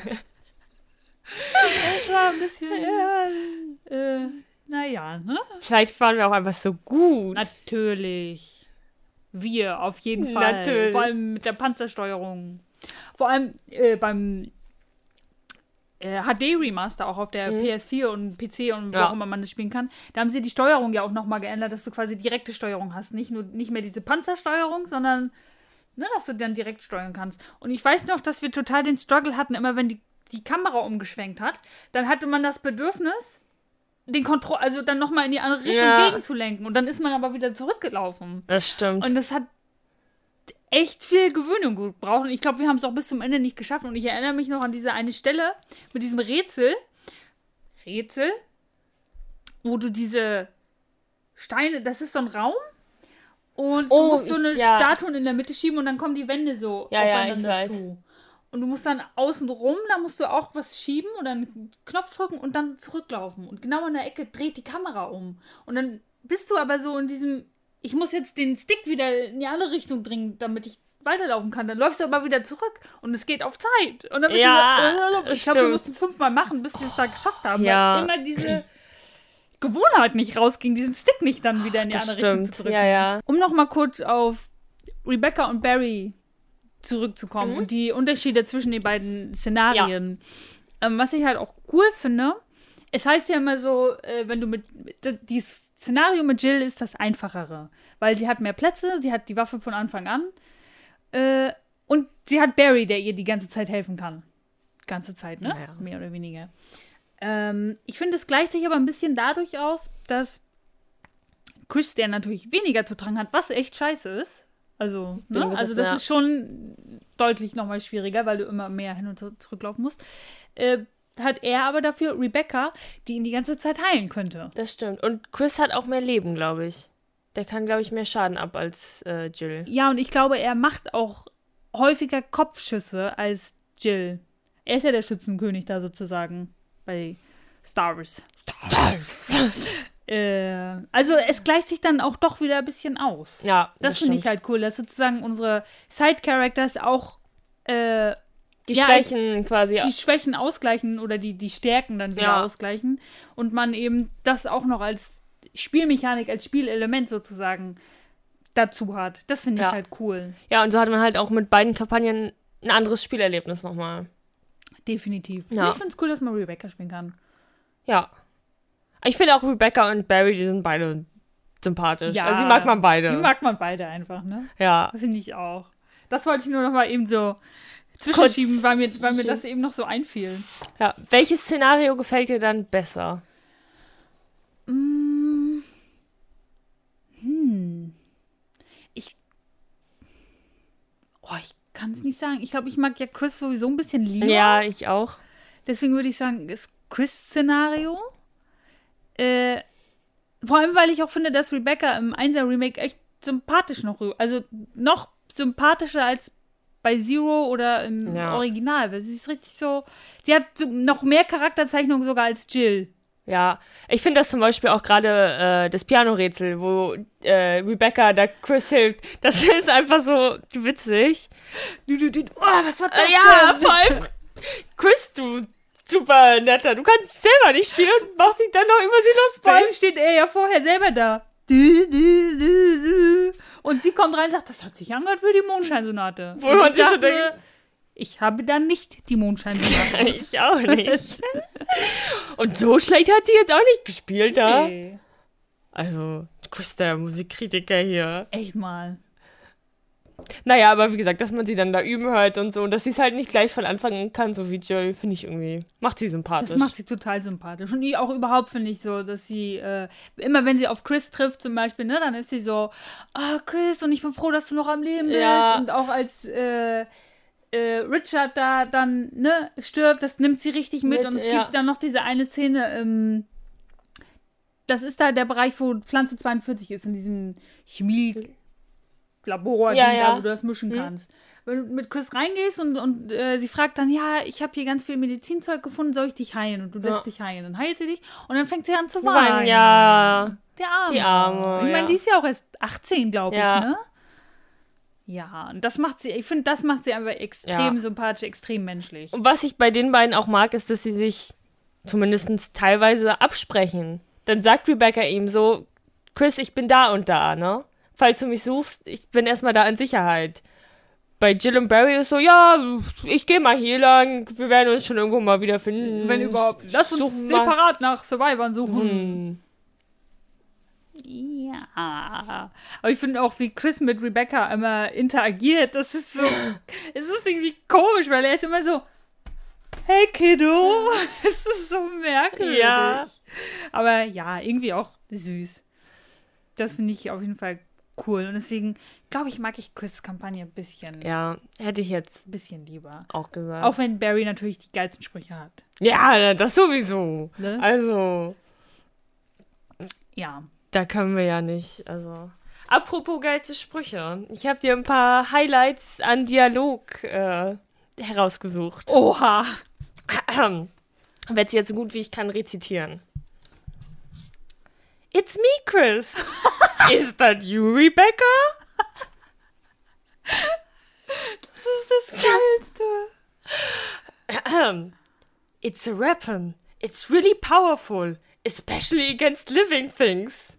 Das war ein bisschen. Äh, naja, ne? Vielleicht waren wir auch einfach so gut. Natürlich. Wir, auf jeden Fall. Natürlich. Vor allem mit der Panzersteuerung. Vor allem äh, beim äh, H D-Remaster auch auf der Mhm. P S vier und P C und wo Ja. auch immer man das spielen kann. Da haben sie die Steuerung ja auch nochmal geändert, dass du quasi direkte Steuerung hast. Nicht nur nicht mehr diese Panzersteuerung, sondern ne, dass du dann direkt steuern kannst. Und ich weiß noch, dass wir total den Struggle hatten, immer wenn die, die Kamera umgeschwenkt hat, dann hatte man das Bedürfnis, den Kontroll, also dann nochmal in die andere Richtung Ja. gegenzulenken. Und dann ist man aber wieder zurückgelaufen. Das stimmt. Und das hat echt viel Gewöhnung gebraucht. Und ich glaube, wir haben es auch bis zum Ende nicht geschafft. Und ich erinnere mich noch an diese eine Stelle mit diesem Rätsel. Rätsel, wo du diese Steine, das ist so ein Raum. Und du Oh, musst so ich- eine ja. Statue in der Mitte schieben und dann kommen die Wände so Ja, ja, aufeinander ich weiß. zu. Und du musst dann außen rum, da musst du auch was schieben oder einen Knopf drücken und dann zurücklaufen. Und genau in der Ecke dreht die Kamera um. Und dann bist du aber so in diesem, ich muss jetzt den Stick wieder in die andere Richtung drehen, damit ich weiterlaufen kann. Dann läufst du aber wieder zurück und es geht auf Zeit. Und dann bist Ja, du so, ich glaube, wir stimmt. mussten es fünfmal machen, bis wir es da geschafft haben. Ja. Weil immer diese Gewohnheit nicht rausging, diesen Stick nicht dann wieder in die Das andere Richtung stimmt. zu drücken. Ja, ja. Um nochmal kurz auf Rebecca und Barry zurückzukommen Mhm. und die Unterschiede zwischen den beiden Szenarien. Ähm, was ich halt auch cool finde, es heißt ja immer so, äh, wenn du mit, die Szenario mit Jill ist das einfachere, weil sie hat mehr Plätze, sie hat die Waffe von Anfang an äh, und sie hat Barry, der ihr die ganze Zeit helfen kann. Ganze Zeit, ne? Ja. Mehr oder weniger. Ähm, ich finde, es gleicht sich aber ein bisschen dadurch aus, dass Chris, der natürlich weniger zu tragen hat, was echt scheiße ist. Also, Bin ne? gedacht, also das ja. ist schon deutlich nochmal schwieriger, weil du immer mehr hin und zurück- zurücklaufen musst. Äh, hat er aber dafür Rebecca, die ihn die ganze Zeit heilen könnte. Das stimmt. Und Chris hat auch mehr Leben, glaube ich. Der kann, glaube ich, mehr Schaden ab als äh, Jill. Ja, und ich glaube, er macht auch häufiger Kopfschüsse als Jill. Er ist ja der Schützenkönig da sozusagen bei Star Wars. Stars. Äh, also es gleicht sich dann auch doch wieder ein bisschen aus. Ja, Das, das, finde ich stimmt. halt cool, dass sozusagen unsere Side-Characters auch äh, Die ja, Schwächen quasi. die Schwächen ausgleichen oder die, die Stärken dann wieder Ja. ausgleichen. Und man eben das auch noch als Spielmechanik, als Spielelement sozusagen dazu hat. Das finde ich Ja. halt cool. Ja, und so hat man halt auch mit beiden Kampagnen ein anderes Spielerlebnis nochmal. Definitiv. Ja. Ich finde es cool, dass man Rebecca spielen kann. Ja. Ich finde auch Rebecca und Barry, die sind beide sympathisch. Ja. Also die mag man beide. Die mag man beide einfach, ne? ja. Finde ich auch. Das wollte ich nur noch mal eben so zwischenschieben, weil mir, weil mir schieben. das eben noch so einfiel. ja. Welches Szenario gefällt dir dann besser? Mm. Hm. Ich. Oh, ich kann es nicht sagen. Ich glaube, ich mag ja Chris sowieso ein bisschen lieber. Ja, ich auch. Deswegen würde ich sagen, das Chris-Szenario. Äh, vor allem, weil ich auch finde, dass Rebecca im Einser-Remake echt sympathisch noch, rü- also noch sympathischer als bei Zero oder im Ja. Original. Weil sie ist richtig so, sie hat so noch mehr Charakterzeichnung sogar als Jill. Ja, ich finde das zum Beispiel auch gerade äh, das Piano-Rätsel, wo äh, Rebecca da Chris hilft. Das ist einfach so witzig. Du, du, du, oh, was war das Äh, ja, denn? vor allem Chris, du super netter. Du kannst selber nicht spielen und machst dich dann noch über sie Vor allem lustig. steht er ja vorher selber da. Du, du, du, du. Und sie kommt rein und sagt, das hat sich angehört wie die Mondscheinsonate. Wo Und man ich sich schon dachte, denkt- ich habe dann nicht die Mondscheinsonate. Ich auch nicht. Und so schlecht hat sie jetzt auch nicht gespielt, da. Nee. Also, Chris, der Musikkritiker hier. Echt mal. Naja, aber wie gesagt, dass man sie dann da üben hört und so, und dass sie es halt nicht gleich von Anfang an kann, so wie Jill, finde ich irgendwie, macht sie sympathisch. Das macht sie total sympathisch. Und die auch überhaupt finde ich so, dass sie, äh, immer wenn sie auf Chris trifft zum Beispiel, ne, dann ist sie so, ah, Chris, und ich bin froh, dass du noch am Leben bist. Ja. Und auch als äh, äh, Richard da dann, ne, stirbt, das nimmt sie richtig mit. Mit, und es ja. gibt dann noch diese eine Szene, ähm, das ist da der Bereich, wo Pflanze zweiundvierzig ist, in diesem Chemie- Labor, Ja, Ding ja. da, wo du das mischen Hm. kannst. Wenn du mit Chris reingehst und, und äh, sie fragt dann, ja, ich habe hier ganz viel Medizinzeug gefunden, soll ich dich heilen? Und du lässt Ja. dich heilen. Dann heilt sie dich und dann fängt sie an zu Weinen, weinen. ja. Der Arme. Die Arme, Ich meine, ja. die ist ja auch erst achtzehn, glaube Ja. ich, ne? Ja, und das macht sie, ich finde, das macht sie einfach extrem Ja. sympathisch, extrem menschlich. Und was ich bei den beiden auch mag, ist, dass sie sich zumindest teilweise absprechen. Dann sagt Rebecca ihm so, Chris, ich bin da und da, ne? Falls du mich suchst, ich bin erstmal da in Sicherheit. bei Jill und Barry ist so, ja, ich gehe mal hier lang, wir werden uns schon irgendwo mal wieder finden. Wenn überhaupt. Lass uns Suchen separat nach Survivern suchen. Hm. Ja. Aber ich finde auch, wie Chris mit Rebecca immer interagiert, das ist so, es ist irgendwie komisch, weil er ist immer so, hey Kiddo, es ist so merkwürdig. Ja. Aber ja, irgendwie auch süß. Das finde ich auf jeden Fall cool. Und deswegen, glaube ich, mag ich Chris' Kampagne ein bisschen. Ja, hätte ich jetzt Ein bisschen lieber. auch gesagt. Auch wenn Barry natürlich die geilsten Sprüche hat. Ja, das sowieso. Ne? Also, Ja. da können wir ja nicht, also. Apropos geilste Sprüche. Ich habe dir ein paar Highlights an Dialog äh, herausgesucht. Oha. Werde sie jetzt so gut wie ich kann rezitieren. It's me, Chris. Is that you, Rebecca? Das ist das Geilste. It's a weapon. It's really powerful, especially against living things.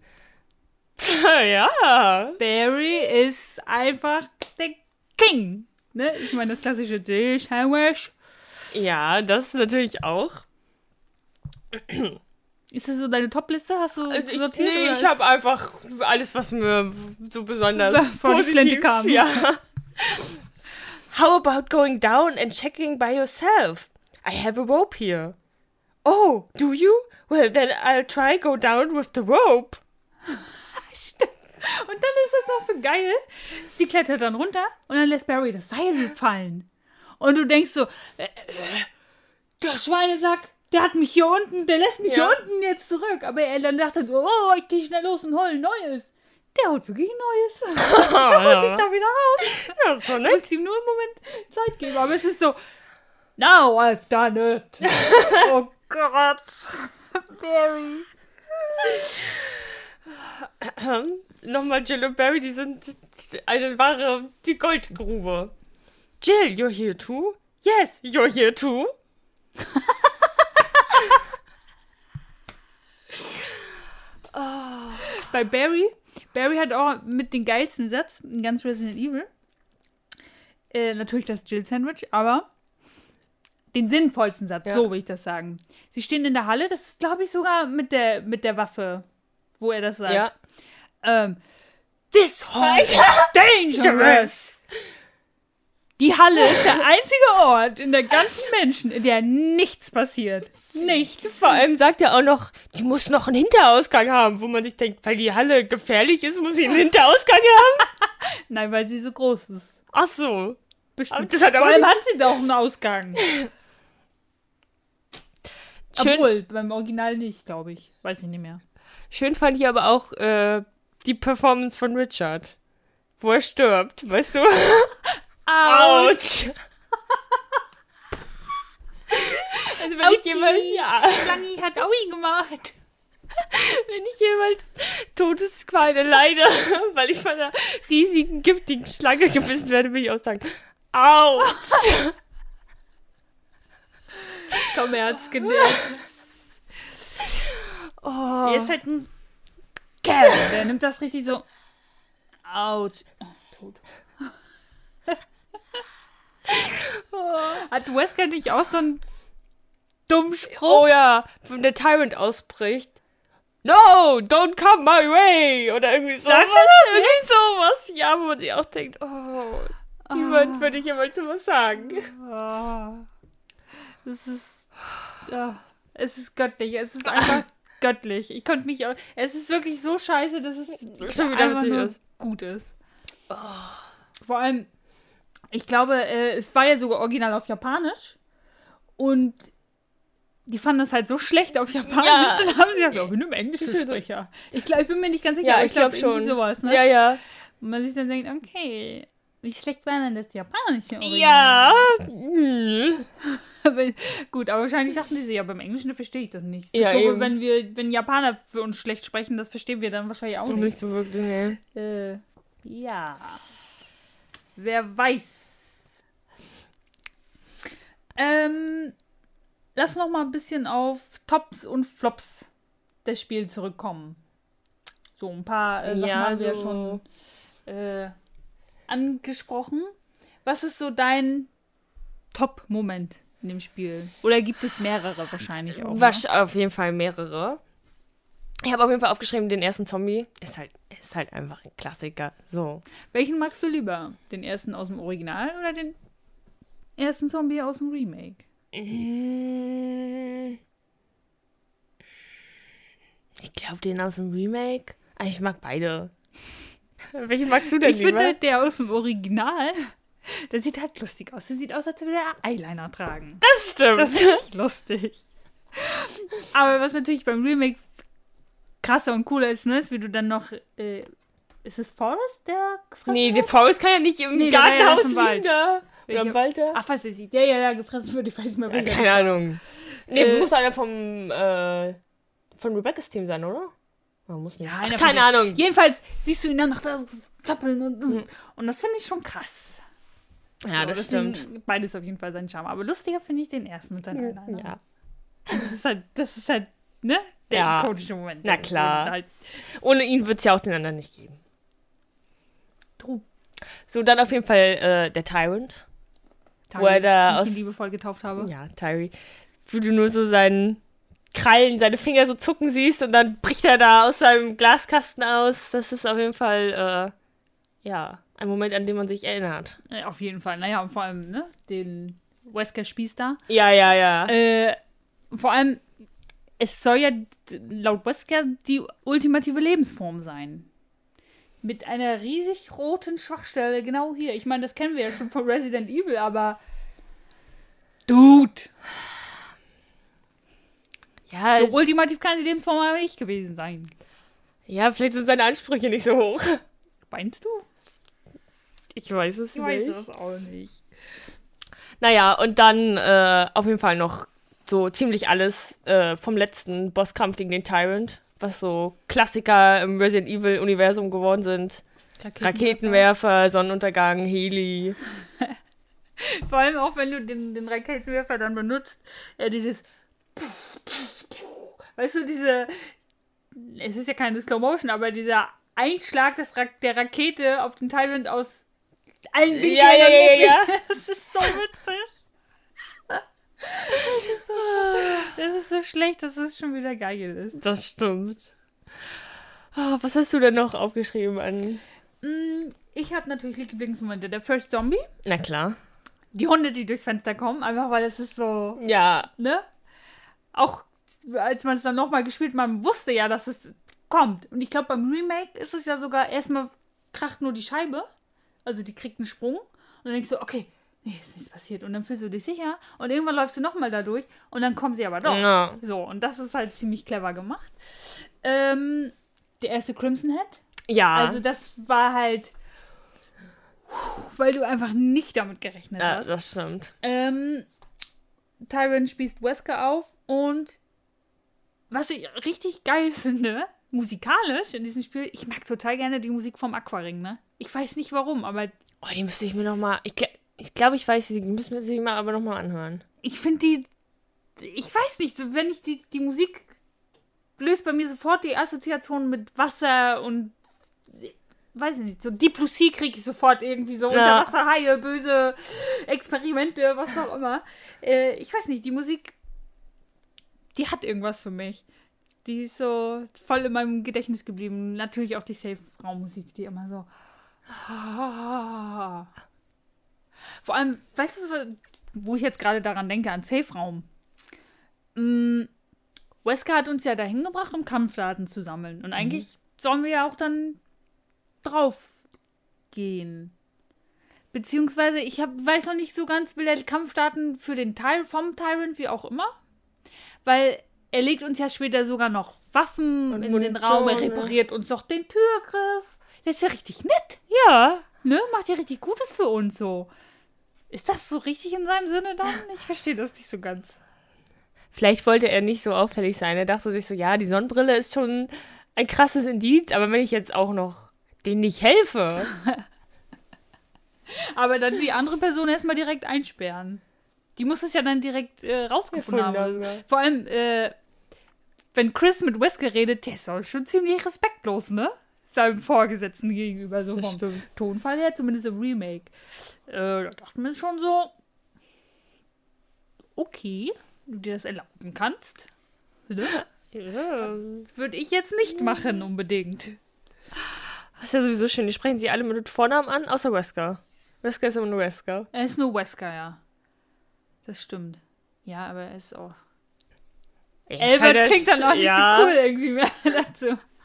Ja. Barry ist einfach der King. Ne? Ich meine, das klassische Dish-Sandwich. Ja, das natürlich auch. Ist das so deine Top-Liste? Hast du Also ich, sortiert? nee, oder ich ist- habe einfach alles, was mir so besonders Was vor die positiv Flinte kam. Ja. How about going down and checking by yourself? I have a rope here. Oh, do you? Well, then I'll try go down with the rope. Stimmt. Und dann ist das noch so geil. Sie klettert dann runter und dann lässt Barry das Seil fallen. Und du denkst so, äh, äh, der Schweinesack, der hat mich hier unten, der lässt mich Ja. hier unten jetzt zurück. Aber er dann dachte so, oh, ich gehe schnell los und hol ein neues. Der holt wirklich ein neues. Der holt dich da wieder raus. Ja, ist so Du nett. musst ihm nur einen Moment Zeit geben. Aber es ist so, now I've done it. Oh Gott. Barry. Nochmal Jill und Barry, die sind eine wahre, die Goldgrube. Jill, you're here too? Yes, you're here too. Bei Barry, Barry hat auch mit den geilsten Satz in ganz Resident Evil. Äh, natürlich das Jill-Sandwich, aber den sinnvollsten Satz, Ja. so will ich das sagen. Sie stehen in der Halle, das ist, glaube ich, sogar mit der, mit der Waffe, wo er das sagt. Ja. Ähm, This hall is dangerous! Die Halle ist der einzige Ort in der ganzen Menschen, in der nichts passiert. Nichts. Vor allem sagt er auch noch, die muss noch einen Hinterausgang haben, wo man sich denkt, weil die Halle gefährlich ist, muss sie einen Hinterausgang haben. Nein, weil sie so groß ist. Ach so. Bestimmt. Aber das hat Vor aber allem nicht- hat sie doch einen Ausgang. Schön, Obwohl, beim Original nicht, glaube ich. Weiß ich nicht mehr. schön fand ich aber auch äh, die Performance von Richard, wo er stirbt, weißt du? Autsch! Also wenn ich Autschi. jemals, ja, Langi hat Aui gemacht. wenn ich jemals Todesqual leide, weil ich von einer riesigen, giftigen Schlange gebissen werde, will ich auch sagen, Autsch! Komm, er hat's genervt. Oh. Er ist halt ein Kerl. Der nimmt das richtig so. Autsch. Oh, tot. Hat Wesker nicht auch so einen dummen Spruch? Oh ja, wenn der Tyrant ausbricht. No, don't come my way! Oder irgendwie sowas. Sagt er das Irgendwie sowas. Ja, wo man sich auch denkt, oh, niemand Ah. würde ich jemals sowas sagen. Oh. Das ist. Ja, es ist göttlich. Es ist einfach göttlich. Ich konnte mich auch. Es ist wirklich so scheiße, dass es Schon wieder einfach witzig nur ist. gut ist. Vor allem, ich glaube, äh, es war ja sogar original auf Japanisch. Und die fanden das halt so schlecht auf Japanisch. Ja. Dann haben sie gesagt, oh, wir nehmen englische Sprecher. Ich glaube, ich bin mir nicht ganz sicher, Ja, aber ich ich glaube glaub schon. schon. Sowas, ne? Ja, ja. Und man sich dann denkt, okay, wie schlecht war denn das japanische Original? Ja. Hm. Aber, gut, aber wahrscheinlich dachten die sich, ja, beim Englischen verstehe ich das nicht. Das Ja, ist so, eben. wenn wir, wenn Japaner für uns schlecht sprechen, das verstehen wir dann wahrscheinlich auch Nicht nicht. so wirklich, ne. Äh, ja. Wer weiß. Ähm, lass noch mal ein bisschen auf Tops und Flops des Spiels zurückkommen. So ein paar äh, Sachen Ja, haben wir ja so- schon äh, angesprochen. was ist so dein Top-Moment in dem Spiel? Oder gibt es mehrere wahrscheinlich auch? Was, ne? Auf jeden Fall mehrere. Ich habe auf jeden Fall aufgeschrieben, den ersten Zombie ist halt, ist halt einfach ein Klassiker. So. Welchen magst du lieber? Den ersten aus dem Original oder den ersten Zombie aus dem Remake? Ich glaube, den aus dem Remake. Ich mag beide. Welchen magst du denn ich lieber? Ich finde, der aus dem Original, der sieht halt lustig aus. Der sieht aus, als würde er Eyeliner tragen. Das stimmt. Das ist echt lustig. Aber was natürlich beim Remake krasser und cooler ist, ne, ist, wie du dann noch, äh, ist es Forrest, der gefressen Nee, wird? der Forrest kann ja nicht im nee, Gartenhaus im Wald. Da. Oder im Wald da. Ach, was weiß ich, der ja da gefressen wird, ich weiß nicht mehr, Ja, welcher. keine Ahnung. Nee, Äh, muss einer vom, äh, von Rebecca's Team sein, oder? Man muss nicht. Ja, Ach, einer keine von Ahnung. Jedenfalls siehst du ihn dann noch da zappeln und, mhm. und das finde ich schon krass. Ja, so, das deswegen stimmt. Beides auf jeden Fall seinen Charme. Aber lustiger finde ich den ersten mit seinen Eyeliner. Ja. Das ist halt, das ist halt, ne? Der Ja. ikonische Moment. Na klar. Halt Ohne ihn wird es ja auch den anderen nicht geben. True. So, dann auf jeden Fall äh, der Tyrant. Tyree, Wo er da wie ich aus- ihn liebevoll getauft habe. Ja, Tyree. Wo du nur so seinen Krallen, seine Finger so zucken siehst und dann bricht er da aus seinem Glaskasten aus. Das ist auf jeden Fall, äh, ja, ein Moment, an den man sich erinnert. Äh, auf jeden Fall. Naja, und vor allem, ne? Den Wesker-Spieß da. Ja, ja, ja. Äh, vor allem, es soll ja d- laut Wesker die ultimative Lebensform sein. Mit einer riesig roten Schwachstelle, genau hier. Ich meine, das kennen wir ja schon von Resident Evil, aber Dude! Ja, So ultimativ kann die Lebensform aber nicht gewesen sein. ja, vielleicht sind seine Ansprüche nicht so hoch. Meinst du? Ich weiß es Ich weiß nicht. das auch nicht. Naja, und dann äh, auf jeden Fall noch so ziemlich alles äh, vom letzten Bosskampf gegen den Tyrant, was so Klassiker im Resident Evil-Universum geworden sind. Raketenwerfer, Sonnenuntergang, Heli. Vor allem auch, wenn du den, den Raketenwerfer dann benutzt, äh, dieses weißt du, diese es ist ja keine Slow Motion, aber dieser Einschlag des Ra- der Rakete auf den Tyrant aus allen Winkeln. Ja, ja, ja, ja, ja. Das ist so witzig. Das ist so, das ist so schlecht, dass es schon wieder geil ist. Das stimmt. Oh, was hast du denn noch aufgeschrieben an? Mm, Ich habe natürlich Lieblingsmomente. Der First Zombie, Na klar. die Hunde, die durchs Fenster kommen, einfach weil es ist so, Ja. ne? Auch als man es dann nochmal gespielt, man wusste ja, dass es kommt. Und ich glaube, beim Remake ist es ja sogar erstmal kracht nur die Scheibe. Also die kriegt einen Sprung. Und dann denkst du, okay, nee, ist nichts passiert. Und dann fühlst du dich sicher. Und irgendwann läufst du nochmal da durch. Und dann kommen sie aber doch. Ja. So, und das ist halt ziemlich clever gemacht. Ähm, der erste Crimson Head. Ja. Also das war halt, weil du einfach nicht damit gerechnet ja, hast. das stimmt. Ähm, Tyrant spießt Wesker auf und was ich richtig geil finde, musikalisch in diesem Spiel, ich mag total gerne die Musik vom Aquaring, ne? Ich weiß nicht warum, aber Oh, die müsste ich mir noch mal... Ich, gl- ich glaube, ich weiß, wie sie... Die müssen wir sich mal aber noch mal anhören. ich finde die, ich weiß nicht, so wenn ich die, die Musik löst bei mir sofort die Assoziation mit Wasser und weiß ich nicht, so Deep Blue Sea kriege ich sofort irgendwie so Ja. Unterwasserhaie, böse Experimente, was auch immer. Äh, ich weiß nicht, die Musik, die hat irgendwas für mich. Die ist so voll in meinem Gedächtnis geblieben. Natürlich auch die Safe-Raum-Musik, die immer so. Vor allem, weißt du, wo ich jetzt gerade daran denke, an Safe-Raum. Mm, Wesker hat uns ja dahin gebracht, um Kampfdaten zu sammeln. Und eigentlich mhm. sollen wir ja auch dann drauf gehen. Beziehungsweise, ich hab, weiß noch nicht so ganz, will er Kampfdaten für den Teil vom Tyrant, wie auch immer. Weil er legt uns ja später sogar noch Waffen Und in Munition, den Raum, er ne? repariert uns noch den Türgriff. Der ist ja richtig nett, Ja. ne? Macht ja richtig Gutes für uns so. Ist das so richtig in seinem Sinne dann? Ich verstehe das nicht so ganz. Vielleicht wollte er nicht so auffällig sein. Er dachte sich so, ja, die Sonnenbrille ist schon ein krasses Indiz, aber wenn ich jetzt auch noch denen nicht helfe. Aber dann die andere Person erstmal direkt einsperren. Die muss es ja dann direkt äh, rausgefunden haben. also. Vor allem, äh, wenn Chris mit Wesker redet, der ist auch schon ziemlich respektlos, ne? seinem Vorgesetzten gegenüber, so Das vom stimmt. Tonfall her, zumindest im Remake. Äh, da dachte man schon so, okay, du dir das erlauben kannst. Ne? Ja. Würde ich jetzt nicht machen, unbedingt. Das ist ja sowieso schön. Die sprechen sie alle mit Vornamen an, außer Wesker. Wesker ist immer nur Wesker. Er ist nur Wesker, ja. Das stimmt. Ja, aber er ist auch... Er ist Albert halt der klingt dann auch nicht ja. so cool irgendwie mehr dazu.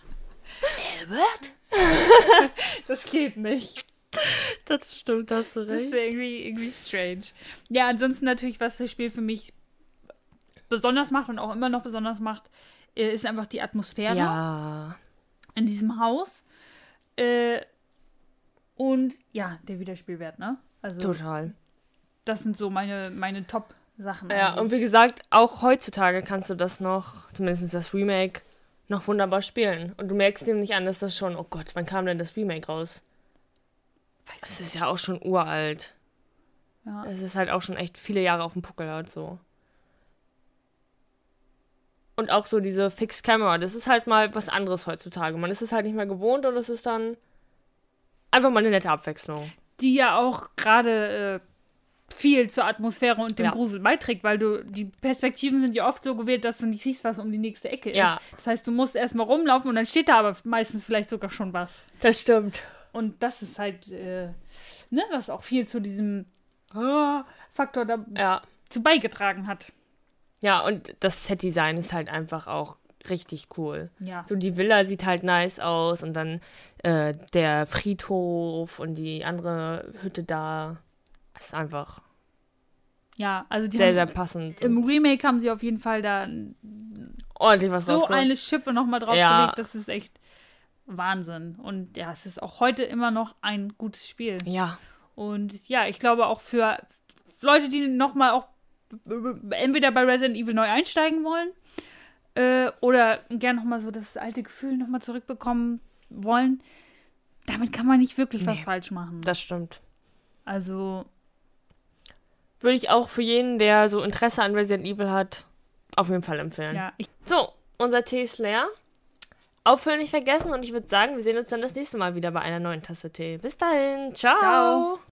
Albert? Das geht nicht. Das stimmt, da hast du Das recht. ist irgendwie, irgendwie strange. Ja, ansonsten natürlich, was das Spiel für mich besonders macht und auch immer noch besonders macht, äh, ist einfach die Atmosphäre Ja. in diesem Haus. Äh, und ja, der Wiederspielwert, ne? Also Total. das sind so meine, meine Top-Sachen. Ja, und wie gesagt, auch heutzutage kannst du das noch, zumindest das Remake, noch wunderbar spielen. Und du merkst ihm nicht an, dass das schon, oh Gott, wann kam denn das Remake raus? Es ist ja auch schon uralt. Ja. Es ist halt auch schon echt viele Jahre auf dem Puckel halt so. Und auch so diese Fixed Camera, das ist halt mal was anderes heutzutage. Man ist es halt nicht mehr gewohnt und es ist dann einfach mal eine nette Abwechslung. Die ja auch gerade äh, viel zur Atmosphäre und dem Ja. Grusel beiträgt, weil du, die Perspektiven sind ja oft so gewählt, dass du nicht siehst, was um die nächste Ecke ist. Ja. Das heißt, du musst erstmal rumlaufen und dann steht da aber meistens vielleicht sogar schon was. Das stimmt. Und das ist halt, äh, ne, was auch viel zu diesem ah, Faktor dazu Ja. beigetragen hat. Ja, und das Set-Design ist halt einfach auch richtig cool. Ja. So die Villa sieht halt nice aus und dann äh, der Friedhof und die andere Hütte da. Das ist einfach Ja, also die sehr, haben, sehr passend. im Remake haben sie auf jeden Fall da Ordentlich was so rausgeholt. eine Schippe nochmal draufgelegt, Ja. das ist echt Wahnsinn. Und ja, es ist auch heute immer noch ein gutes Spiel. Ja. Und ja, ich glaube auch für Leute, die nochmal auch entweder bei Resident Evil neu einsteigen wollen äh, oder gern nochmal so das alte Gefühl nochmal zurückbekommen wollen, damit kann man nicht wirklich was Nee. falsch machen. Das stimmt. Also, Würde ich auch für jeden, der so Interesse an Resident Evil hat, auf jeden Fall empfehlen. ja, ich So, unser Tee ist leer. Auffüllen nicht vergessen und ich würde sagen, wir sehen uns dann das nächste Mal wieder bei einer neuen Tasse Tee. Bis dahin. Ciao. Ciao.